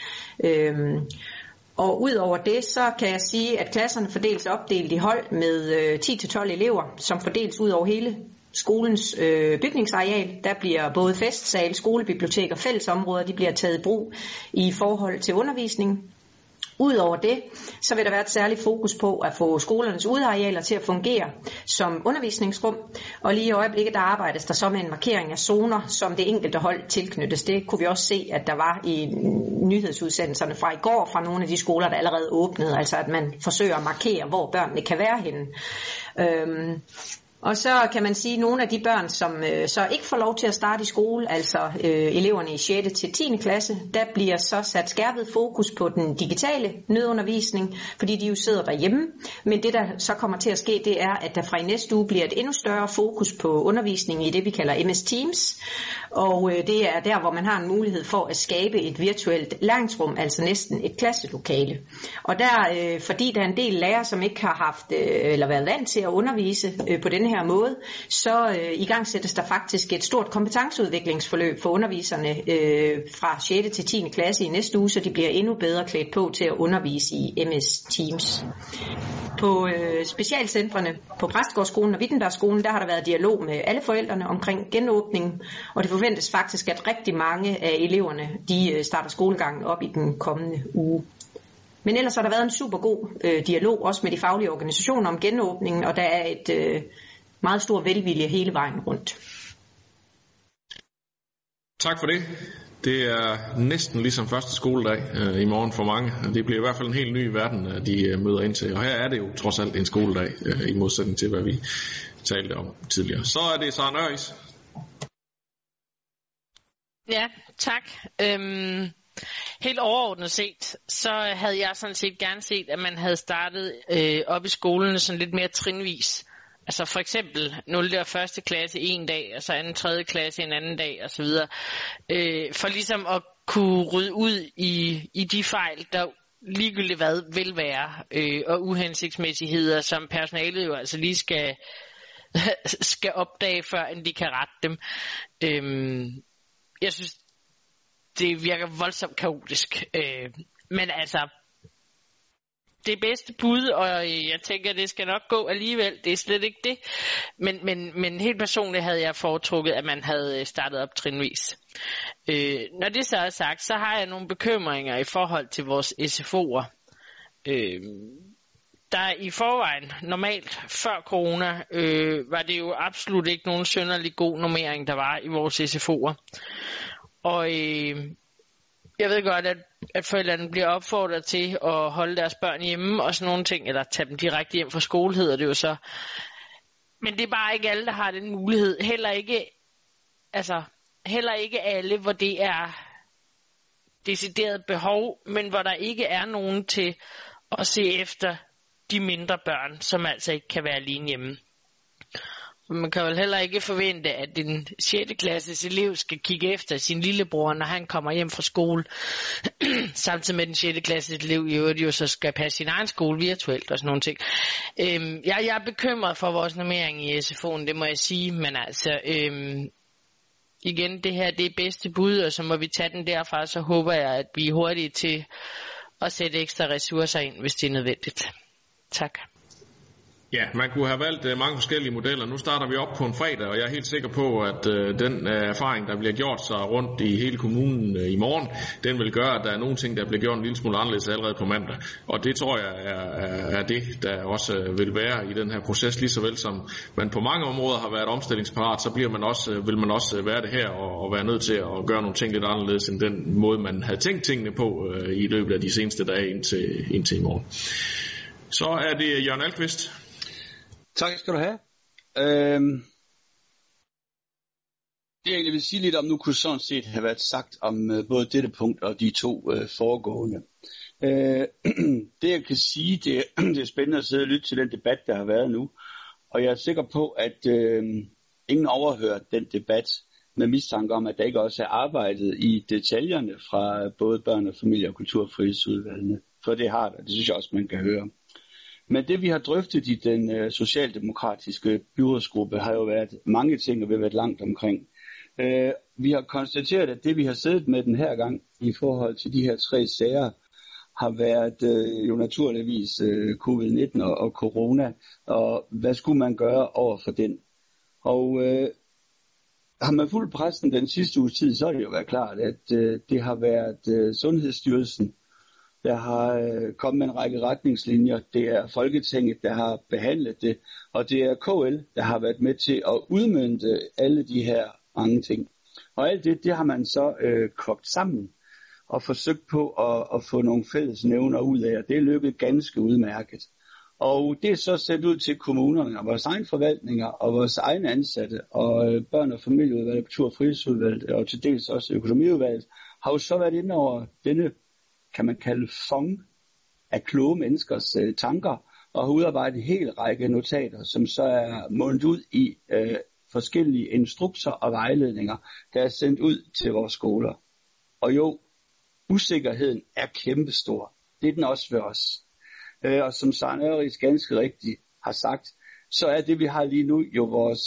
Og udover det, så kan jeg sige, at klasserne fordeles opdelt i hold med 10-12 elever, som fordeles ud over hele skolens bygningsareal. Der bliver både festsal, skolebibliotek og fællesområder, de bliver taget i brug i forhold til undervisning. Udover det, så vil der være et særligt fokus på at få skolernes udearealer til at fungere som undervisningsrum, og lige i øjeblikket der arbejdes der så med en markering af zoner, som det enkelte hold tilknyttes. Det kunne vi også se, at der var i nyhedsudsendelserne fra i går fra nogle af de skoler, der allerede åbnede, altså at man forsøger at markere, hvor børnene kan være henne. Og så kan man sige, at nogle af de børn, som så ikke får lov til at starte i skole, altså eleverne i 6. til 10. klasse, der bliver så sat skærpet fokus på den digitale nødundervisning, fordi de jo sidder derhjemme. Men det, der så kommer til at ske, det er, at der fra i næste uge bliver et endnu større fokus på undervisning i det, vi kalder MS Teams. Og det er der, hvor man har en mulighed for at skabe et virtuelt læringsrum, altså næsten et klasselokale. Og der, fordi der er en del lærere, som ikke har haft eller været vant til at undervise på denne her måde, så i gang sættes der faktisk et stort kompetenceudviklingsforløb for underviserne fra 6. til 10. klasse i næste uge, så de bliver endnu bedre klædt på til at undervise i MS Teams. På specialcentrene på Præstegårdsskolen og Wittenbergskolen, der har der været dialog med alle forældrene omkring genåbningen, og det forventes faktisk, at rigtig mange af eleverne de starter skolegangen op i den kommende uge. Men ellers har der været en super god dialog også med de faglige organisationer om genåbningen, og der er et meget stor velvilje hele vejen rundt. Tak for det. Det er næsten ligesom første skoledag i morgen for mange. Det bliver i hvert fald en helt ny verden, de møder ind til. Og her er det jo trods alt en skoledag, i modsætning til, hvad vi talte om tidligere. Så er det Sara Nørris. Ja, tak. Helt overordnet set, så havde jeg sådan set gerne set, at man havde startet op i skolen sådan lidt mere trinvis. Altså for eksempel 0. og 1. klasse en dag, og så 2. og 3. klasse en anden dag osv. For ligesom at kunne rydde ud i de fejl, der ligegyldigt hvad vil være, og uhensigtsmæssigheder, som personalet jo altså lige skal opdage, før end de kan rette dem. Jeg synes, det virker voldsomt kaotisk. Men altså, det bedste bud, og jeg tænker, det skal nok gå alligevel. Det er slet ikke det. Men helt personligt havde jeg foretrukket, at man havde startet op trinvis. Når det så er sagt, så har jeg nogle bekymringer i forhold til vores SFO'er. Der i forvejen, normalt før corona, var det jo absolut ikke nogen synderlig god normering, der var i vores SFO'er. Og jeg ved godt, at forældrene bliver opfordret til at holde deres børn hjemme og sådan nogle ting, eller tage dem direkte hjem fra skole, hedder det jo så. Men det er bare ikke alle, der har den mulighed. Heller ikke alle, hvor det er decideret behov, men hvor der ikke er nogen til at se efter de mindre børn, som altså ikke kan være alene hjemme. Man kan vel heller ikke forvente, at en 6. klasses elev skal kigge efter sin lillebror, når han kommer hjem fra skole. Samtidig med den 6. klasses elev i øvrigt jo så skal passe sin egen skole virtuelt og sådan nogle ting. Jeg er bekymret for vores normering i SFO'en, det må jeg sige. Men altså, igen, det her det er bedste bud, og så må vi tage den derfra. Så håber jeg, at vi er hurtige til at sætte ekstra ressourcer ind, hvis det er nødvendigt. Tak. Ja, man kunne have valgt mange forskellige modeller. Nu starter vi op på en fredag, og jeg er helt sikker på, at den erfaring, der bliver gjort sig rundt i hele kommunen i morgen, den vil gøre, at der er nogle ting, der bliver gjort en lille smule anderledes allerede på mandag. Og det tror jeg er det, der også vil være i den her proces, lige så vel som man på mange områder har været omstillingsparat, så vil man også være det her og være nødt til at gøre nogle ting lidt anderledes end den måde, man havde tænkt tingene på i løbet af de seneste dage indtil i morgen. Så er det Jørgen Alkvist. Tak skal du have. Det jeg egentlig vil sige lidt om nu, kunne sådan set have været sagt om både dette punkt og de to foregående. Det jeg kan sige, det er spændende at sidde og lytte til den debat, der har været nu. Og jeg er sikker på, at ingen overhører den debat med mistanke om, at der ikke også er arbejdet i detaljerne fra både børn- og familie- og kulturfrihedsudvalgene. For det har der, det synes jeg også, man kan høre. Men det vi har drøftet i den socialdemokratiske byrådsgruppe har jo været mange ting, og vi har været langt omkring. Vi har konstateret, at det vi har siddet med den her gang i forhold til de her 3 sager, har været jo naturligvis covid-19 og corona, og hvad skulle man gøre over for den? Og har man fulgt pressen den sidste uges tid, så har det jo været klart, at det har været Sundhedsstyrelsen der har kommet med en række retningslinjer. Det er Folketinget, der har behandlet det, og det er KL, der har været med til at udmønte alle de her mange ting. Og alt det har man så kogt sammen og forsøgt på at få nogle fælles nævner ud af, og det er lykket ganske udmærket. Og det er så sendt ud til kommunerne og vores egen forvaltninger og vores egne ansatte og børn- og familieudvalget, kultur- og fritidsudvalget og til dels også økonomiudvalget, har jo så været inde over denne, kan man kalde fond af kloge menneskers tanker og har udarbejdet en hel række notater, som så er mundet ud i forskellige instrukser og vejledninger, der er sendt ud til vores skoler. Og jo, usikkerheden er kæmpestor. Det er den også ved os. Og som Søren Øris ganske rigtigt har sagt, så er det, vi har lige nu, jo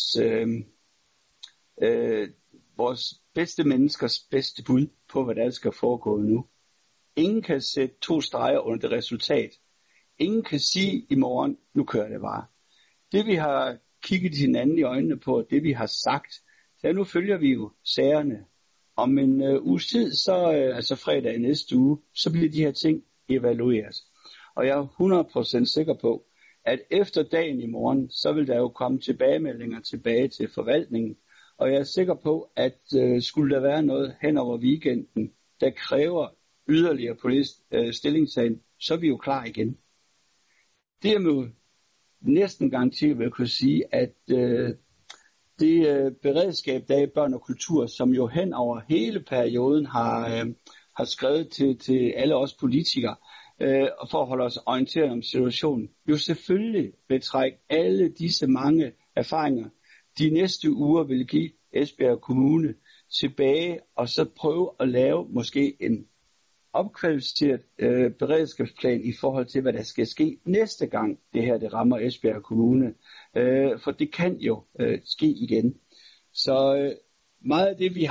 vores bedste menneskers bedste bud på, hvad der skal foregå nu. Ingen kan sætte 2 streger under det resultat. Ingen kan sige i morgen, nu kører det bare. Det vi har kigget hinanden i øjnene på, det vi har sagt, så nu følger vi jo sagerne. Om en uges tid, altså fredag i næste uge, så bliver de her ting evalueret. Og jeg er 100% sikker på, at efter dagen i morgen, så vil der jo komme tilbagemeldinger tilbage til forvaltningen. Og jeg er sikker på, at skulle der være noget hen over weekenden, der kræver yderligere politisk stillingtagen, så er vi jo klar igen. Det er jo næsten garanteret, vil jeg kunne sige, at det beredskab, der er i børn og kultur, som jo hen over hele perioden har skrevet til alle os politikere, for at holde os orienteret om situationen, jo selvfølgelig vil trække alle disse mange erfaringer, de næste uger vil give Esbjerg Kommune tilbage, og så prøve at lave måske en opkvalificeret beredskabsplan i forhold til, hvad der skal ske næste gang, det rammer Esbjerg Kommune. For det kan jo ske igen. Så meget af det, vi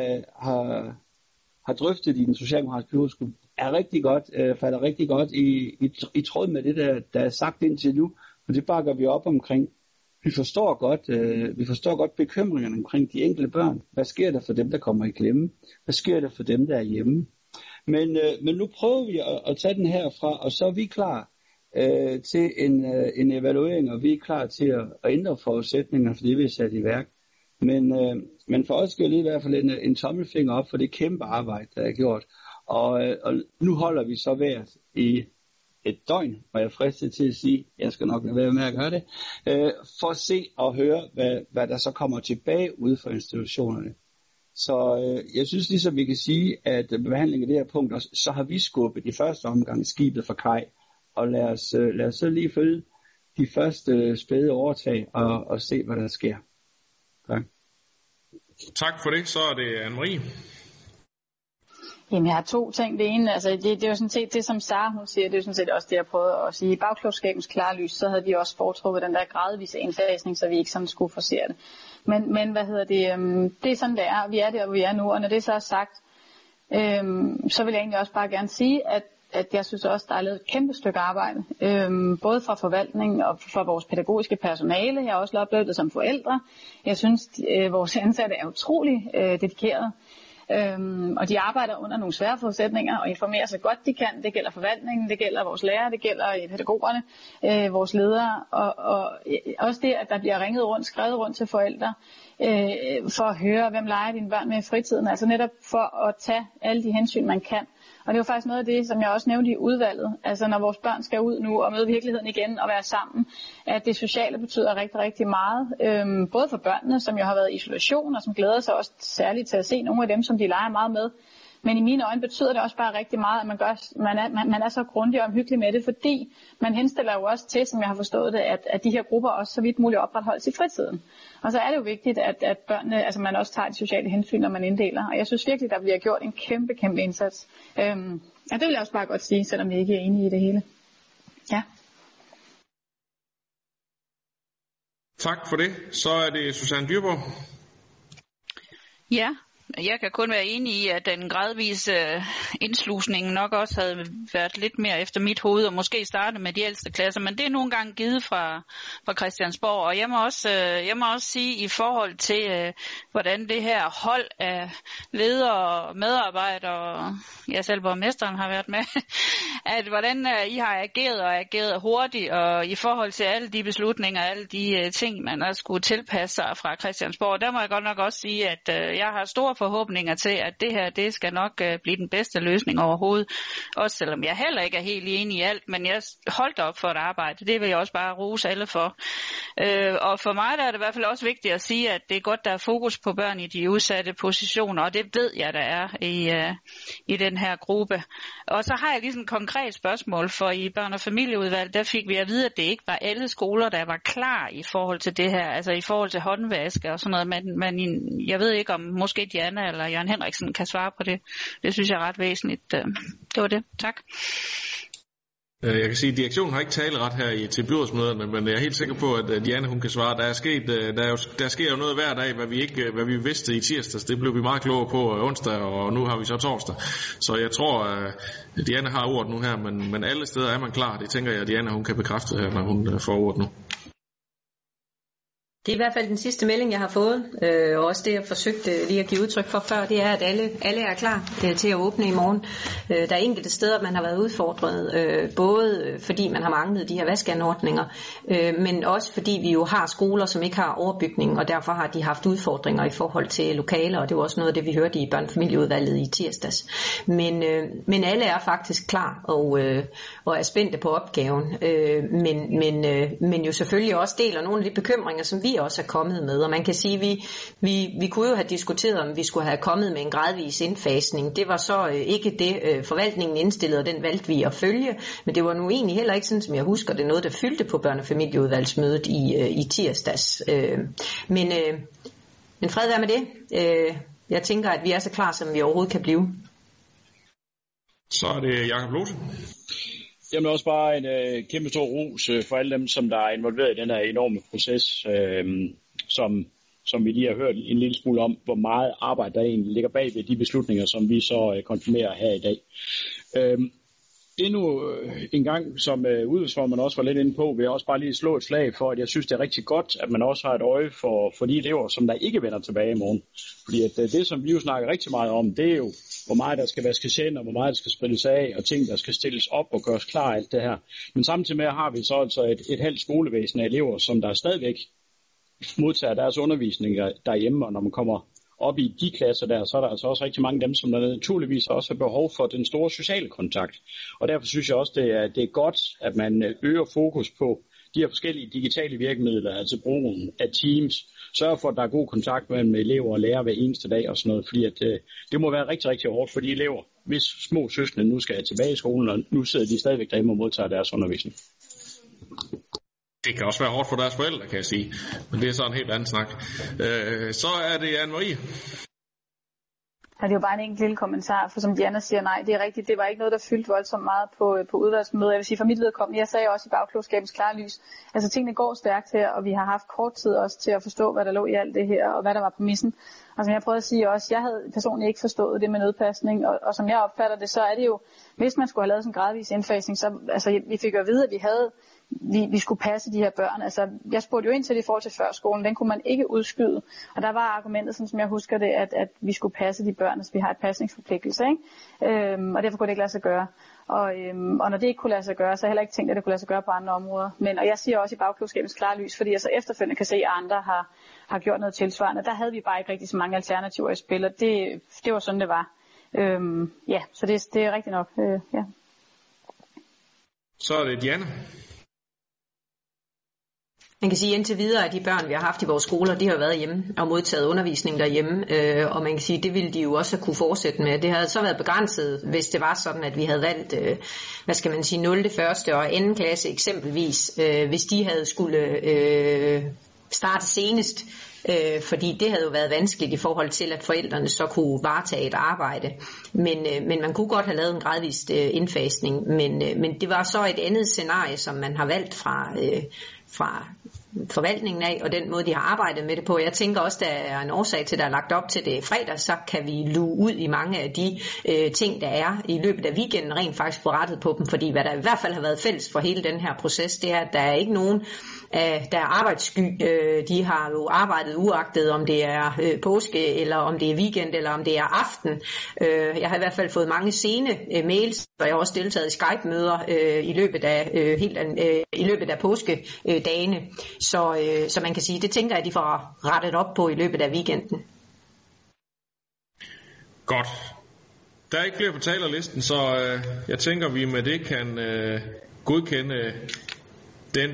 har drøftet i den socialdemokratiske byrådsgruppe, er rigtig godt, falder rigtig godt i tråd med det, der er sagt indtil nu, og det bakker vi op omkring. Vi forstår godt bekymringerne omkring de enkelte børn. Hvad sker der for dem, der kommer i klemme? Hvad sker der for dem, der er hjemme? Men nu prøver vi at tage den herfra, og så er vi klar til en evaluering, og vi er klar til at ændre forudsætninger for det, vi er sat i værk. Men for os skal lige i hvert fald en tommelfinger op for det kæmpe arbejde, der er gjort. Og nu holder vi så hvert i et døgn, og jeg er fristet til at sige, jeg skal nok lade være med at gøre det, for at se og høre, hvad der så kommer tilbage ude for institutionerne. Så jeg synes ligesom vi kan sige, at behandlingen af det her punkt, så har vi skubbet i første omgang skibet fra kaj, og lad os så lige følge de første spæde overtag og se, hvad der sker. Tak. Tak for det. Så er det Anne-Marie. Jamen, jeg har 2 ting. Det ene, altså det er jo sådan set det, som Sara hun siger, det er jo sådan set også det, jeg prøvede at sige. I bagklogskabens klare lys, så havde vi også foretrukket den der gradvise indfasning, så vi ikke sådan skulle forsere det. Men det er sådan, det er, og vi er der, hvor vi er nu, og når det så er sagt, så vil jeg egentlig også bare gerne sige, at jeg synes også, der er lavet et kæmpe stykke arbejde, både fra forvaltningen og fra vores pædagogiske personale. Jeg har også oplevet det som forældre. Jeg synes, vores ansatte er utrolig dedikerede. Og de arbejder under nogle svære forudsætninger og informerer så godt de kan. Det gælder forvaltningen, det gælder vores lærere, det gælder pædagogerne, vores ledere. Og også det, at der bliver ringet rundt, skrevet rundt til forældre, for at høre, hvem leger dine børn med i fritiden. Altså netop for at tage alle de hensyn, man kan. Og det er jo faktisk noget af det, som jeg også nævnte i udvalget. Altså når vores børn skal ud nu og møde virkeligheden igen og være sammen, at det sociale betyder rigtig, rigtig meget. Både for børnene, som jo har været i isolation og som glæder sig også særligt til at se nogle af dem, som de leger meget med. Men i mine øjne betyder det også bare rigtig meget, at man er så grundig og omhyggelig med det, fordi man henstiller jo også til, som jeg har forstået det, at de her grupper også så vidt muligt opretholdes i fritiden. Og så er det jo vigtigt, at børnene, altså man også tager de sociale hensyn, når man inddeler. Og jeg synes virkelig, der bliver gjort en kæmpe, kæmpe indsats. Og det vil jeg også bare godt sige, selvom vi ikke er enige i det hele. Ja. Tak for det. Så er det Susanne Dyrborg. Ja, Jeg kan kun være enig i, at den gradvise indslusning nok også havde været lidt mere efter mit hoved, og måske starte med de ældste klasser, men det er nogle gange givet fra Christiansborg, og jeg må også sige i forhold til, hvordan det her hold af ledere og medarbejdere, og jeg selv borgmesteren har været med, at hvordan I har ageret hurtigt, og i forhold til alle de beslutninger, alle de ting, man har skulle tilpasse sig fra Christiansborg, der må jeg godt nok også sige, at jeg har store forhåbninger til, at det her, det skal nok blive den bedste løsning overhovedet. Også selvom jeg heller ikke er helt enig i alt, men jeg holdt op for et arbejde. Det vil jeg også bare rose alle for. Og for mig der er det i hvert fald også vigtigt at sige, at det er godt, der er fokus på børn i de udsatte positioner, og det ved jeg, der er i den her gruppe. Og så har jeg lige sådan et konkret spørgsmål, for i børn- og familieudvalg, der fik vi at vide, at det ikke var alle skoler, der var klar i forhold til det her, altså i forhold til håndvask og sådan noget, men jeg ved ikke, om måske Diana eller Jørgen Henriksen kan svare på det. Det synes jeg er ret væsentligt. Det var det. Tak. Jeg kan sige, at direktionen har ikke taleret her til byrådsmøderne, men jeg er helt sikker på, at Diana hun kan svare. Der sker jo noget hver dag, hvad vi vidste i tirsdags. Det blev vi meget klogere på onsdag, og nu har vi så torsdag. Så jeg tror, at Diana har ordet nu her, men alle steder er man klar. Det tænker jeg, at Diana hun kan bekræfte her, når hun får ordet nu. Det er i hvert fald den sidste melding, jeg har fået, og også det, jeg forsøgte lige at give udtryk for før, det er, at alle er klar til at åbne i morgen. Der er enkelte steder, man har været udfordret, både fordi man har manglet de her vaskeanordninger, men også fordi vi jo har skoler, som ikke har overbygning, og derfor har de haft udfordringer i forhold til lokaler, og det var også noget af det, vi hørte i børnefamilieudvalget i tirsdags. Men alle er faktisk klar og er spændte på opgaven, men jo selvfølgelig også deler nogle af de bekymringer, som vi også er kommet med, og man kan sige, vi kunne jo have diskuteret, om vi skulle have kommet med en gradvis indfasning. Det var så ikke det, forvaltningen indstillede, og den valgte vi at følge, men det var nu egentlig heller ikke sådan, som jeg husker, det er noget, der fyldte på børnefamilieudvalgsmødet i tirsdags. Men fred være med det. Jeg tænker, at vi er så klar, som vi overhovedet kan blive. Så er det Jakob Lose. Jamen også bare en kæmpe stor ros for alle dem, som der er involveret i den her enorme proces, som vi lige har hørt en lille smule om, hvor meget arbejde der egentlig ligger bag ved de beslutninger, som vi så konfirmerer her i dag. Endnu en gang, som udvalgsformand også var lidt inde på, vil jeg også bare lige slå et slag for, at jeg synes, det er rigtig godt, at man også har et øje for de elever, som der ikke vender tilbage i morgen. Fordi at det, som vi jo snakker rigtig meget om, det er jo, hvor meget der skal vaskes hen, og hvor meget der skal sprittes af, og ting, der skal stilles op og gøres klar, alt det her. Men samtidig med har vi så altså et halvt skolevæsen af elever, som der stadigvæk modtager deres undervisning derhjemme, og når man kommer op i de klasser der, så er der altså også rigtig mange af dem, som der naturligvis også har behov for den store sociale kontakt. Og derfor synes jeg også, det er godt, at man øger fokus på de her forskellige digitale virkemidler, altså brugen af Teams, sørger for, at der er god kontakt mellem elever og lærere hver eneste dag og sådan noget, fordi at, det må være rigtig, rigtig hårdt for de elever, hvis små søskende nu skal tilbage i skolen, og nu sidder de stadigvæk derhjemme og modtager deres undervisning. Det kan også være hårdt for deres forældre, kan jeg sige. Men det er så en helt anden snak. Så er det Anne-Marie. Ja, det er jo bare en enkelt lille kommentar, for som Diana siger, nej, det er rigtigt, det var ikke noget, der fyldte voldsomt meget på udvalgsmødet. Jeg vil sige, for mit vedkommende, jeg sagde også i bagklogskabens klare lys, altså tingene går stærkt her, og vi har haft kort tid også til at forstå, hvad der lå i alt det her, og hvad der var præmissen. Og som jeg prøvede at sige også, jeg havde personligt ikke forstået det med nødpasning, og som jeg opfatter det, så er det jo, hvis man skulle have lavet sådan en gradvis indfasning, så altså, vi fik jo at vide, at vi skulle passe de her børn. Altså, jeg spurgte jo ind til det i forhold til førskolen, den kunne man ikke udskyde. Og der var argumentet, sådan som jeg husker det, at vi skulle passe de børn, så vi har et pasningsforpligtelse, ikke? Og derfor kunne det ikke lade sig gøre. Og når det ikke kunne lade sig gøre, så har jeg heller ikke tænkt, at det kunne lade sig gøre på andre områder. Og jeg siger også i bagklogskabens klare lys, fordi jeg så efterfølgende kan se, at andre har gjort noget tilsvarende. Der havde vi bare ikke rigtig så mange alternativer i spil, og det var sådan, det var. Ja, så det er rigtigt nok. Ja. Så er det Diana. Man kan sige indtil videre, at de børn, vi har haft i vores skoler, de har været hjemme og modtaget undervisning derhjemme. Og man kan sige, at det ville de jo også kunne fortsætte med. Det havde så været begrænset, hvis det var sådan, at vi havde valgt, 0., 1. og 2. klasse eksempelvis, hvis de havde skulle starte senest. Fordi det havde jo været vanskeligt i forhold til, at forældrene så kunne varetage et arbejde. Men man kunne godt have lavet en gradvist indfasning. Men det var så et andet scenarie, som man har valgt fra forvaltningen af, og den måde, de har arbejdet med det på. Jeg tænker også, der er en årsag til, der er lagt op til det fredag, så kan vi luge ud i mange af de ting, der er i løbet af weekenden, rent faktisk få rettet på dem, fordi hvad der i hvert fald har været fælles for hele den her proces, det er, at der er ikke nogen, der er arbejdssky. De har jo arbejdet uagtet, om det er påske, eller om det er weekend, eller om det er aften. Jeg har i hvert fald fået mange sene mails, og jeg har også deltaget i Skype-møder i løbet af påskedagene. Så man kan sige, det tænker jeg, at de får rettet op på i løbet af weekenden. Godt. Der er ikke flere på talerlisten, så jeg tænker, vi med det kan godkende den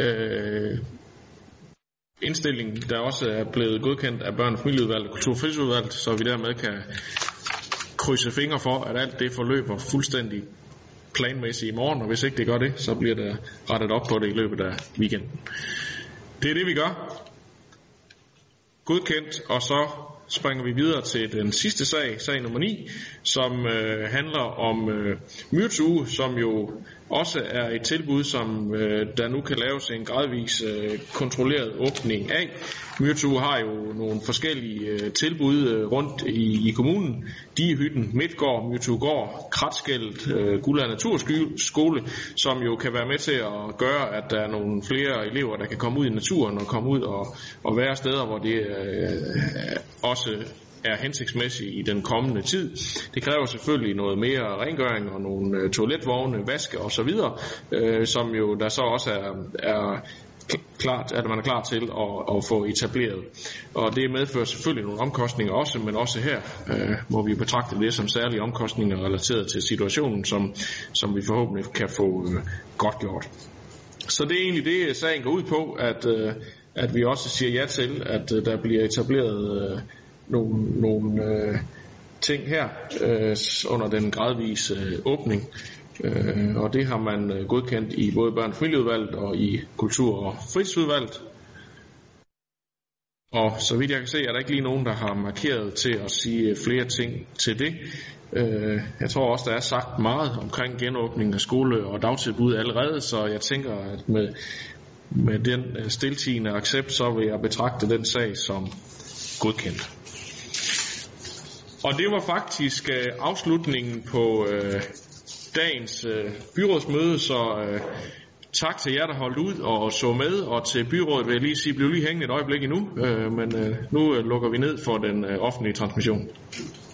indstilling, der også er blevet godkendt af Børne- og Familieudvalget og Kultur- og Fritidsudvalget, så vi dermed kan krydse fingre for, at alt det forløber fuldstændig planmæssigt i morgen, og hvis ikke det gør det, så bliver der rettet op på det i løbet af weekenden. Det er det, vi gør. Godkendt, og så springer vi videre til den sidste sag nummer 9, som handler om Myrtuge, som jo også er et tilbud, som der nu kan laves en gradvis kontrolleret åbning af. Myrtuge har jo nogle forskellige tilbud rundt i kommunen. Diehytten, Midtgård, Myrtugegård, Kratskældet, Gulland Naturskole, som jo kan være med til at gøre, at der er nogle flere elever, der kan komme ud i naturen og komme ud og være steder, hvor det også er hensigtsmæssigt i den kommende tid. Det kræver selvfølgelig noget mere rengøring og nogle toiletvogne, vaske og så videre, som jo der så også er klart, at man er klar til at få etableret. Og det medfører selvfølgelig nogle omkostninger også, men også her må vi betragte det som særlige omkostninger relateret til situationen, som vi forhåbentlig kan få godtgjort. Så det er egentlig det, sagen går ud på, at vi også siger ja til, at der bliver etableret nogle ting her under den gradvise åbning. Og det har man godkendt i både Børne- og Familieudvalget og i Kultur- og Fritidsudvalget. Og så vidt jeg kan se, er der ikke lige nogen, der har markeret til at sige flere ting til det. Jeg tror også, der er sagt meget omkring genåbning af skole- og dagtilbud allerede, så jeg tænker, at med den stiltiende accept, så vil jeg betragte den sag som godkendt. Og det var faktisk afslutningen på dagens byrådsmøde, så tak til jer, der holdt ud og så med, og til byrådet vil jeg lige sige, blev lige hængende et øjeblik endnu, men nu lukker vi ned for den offentlige transmission.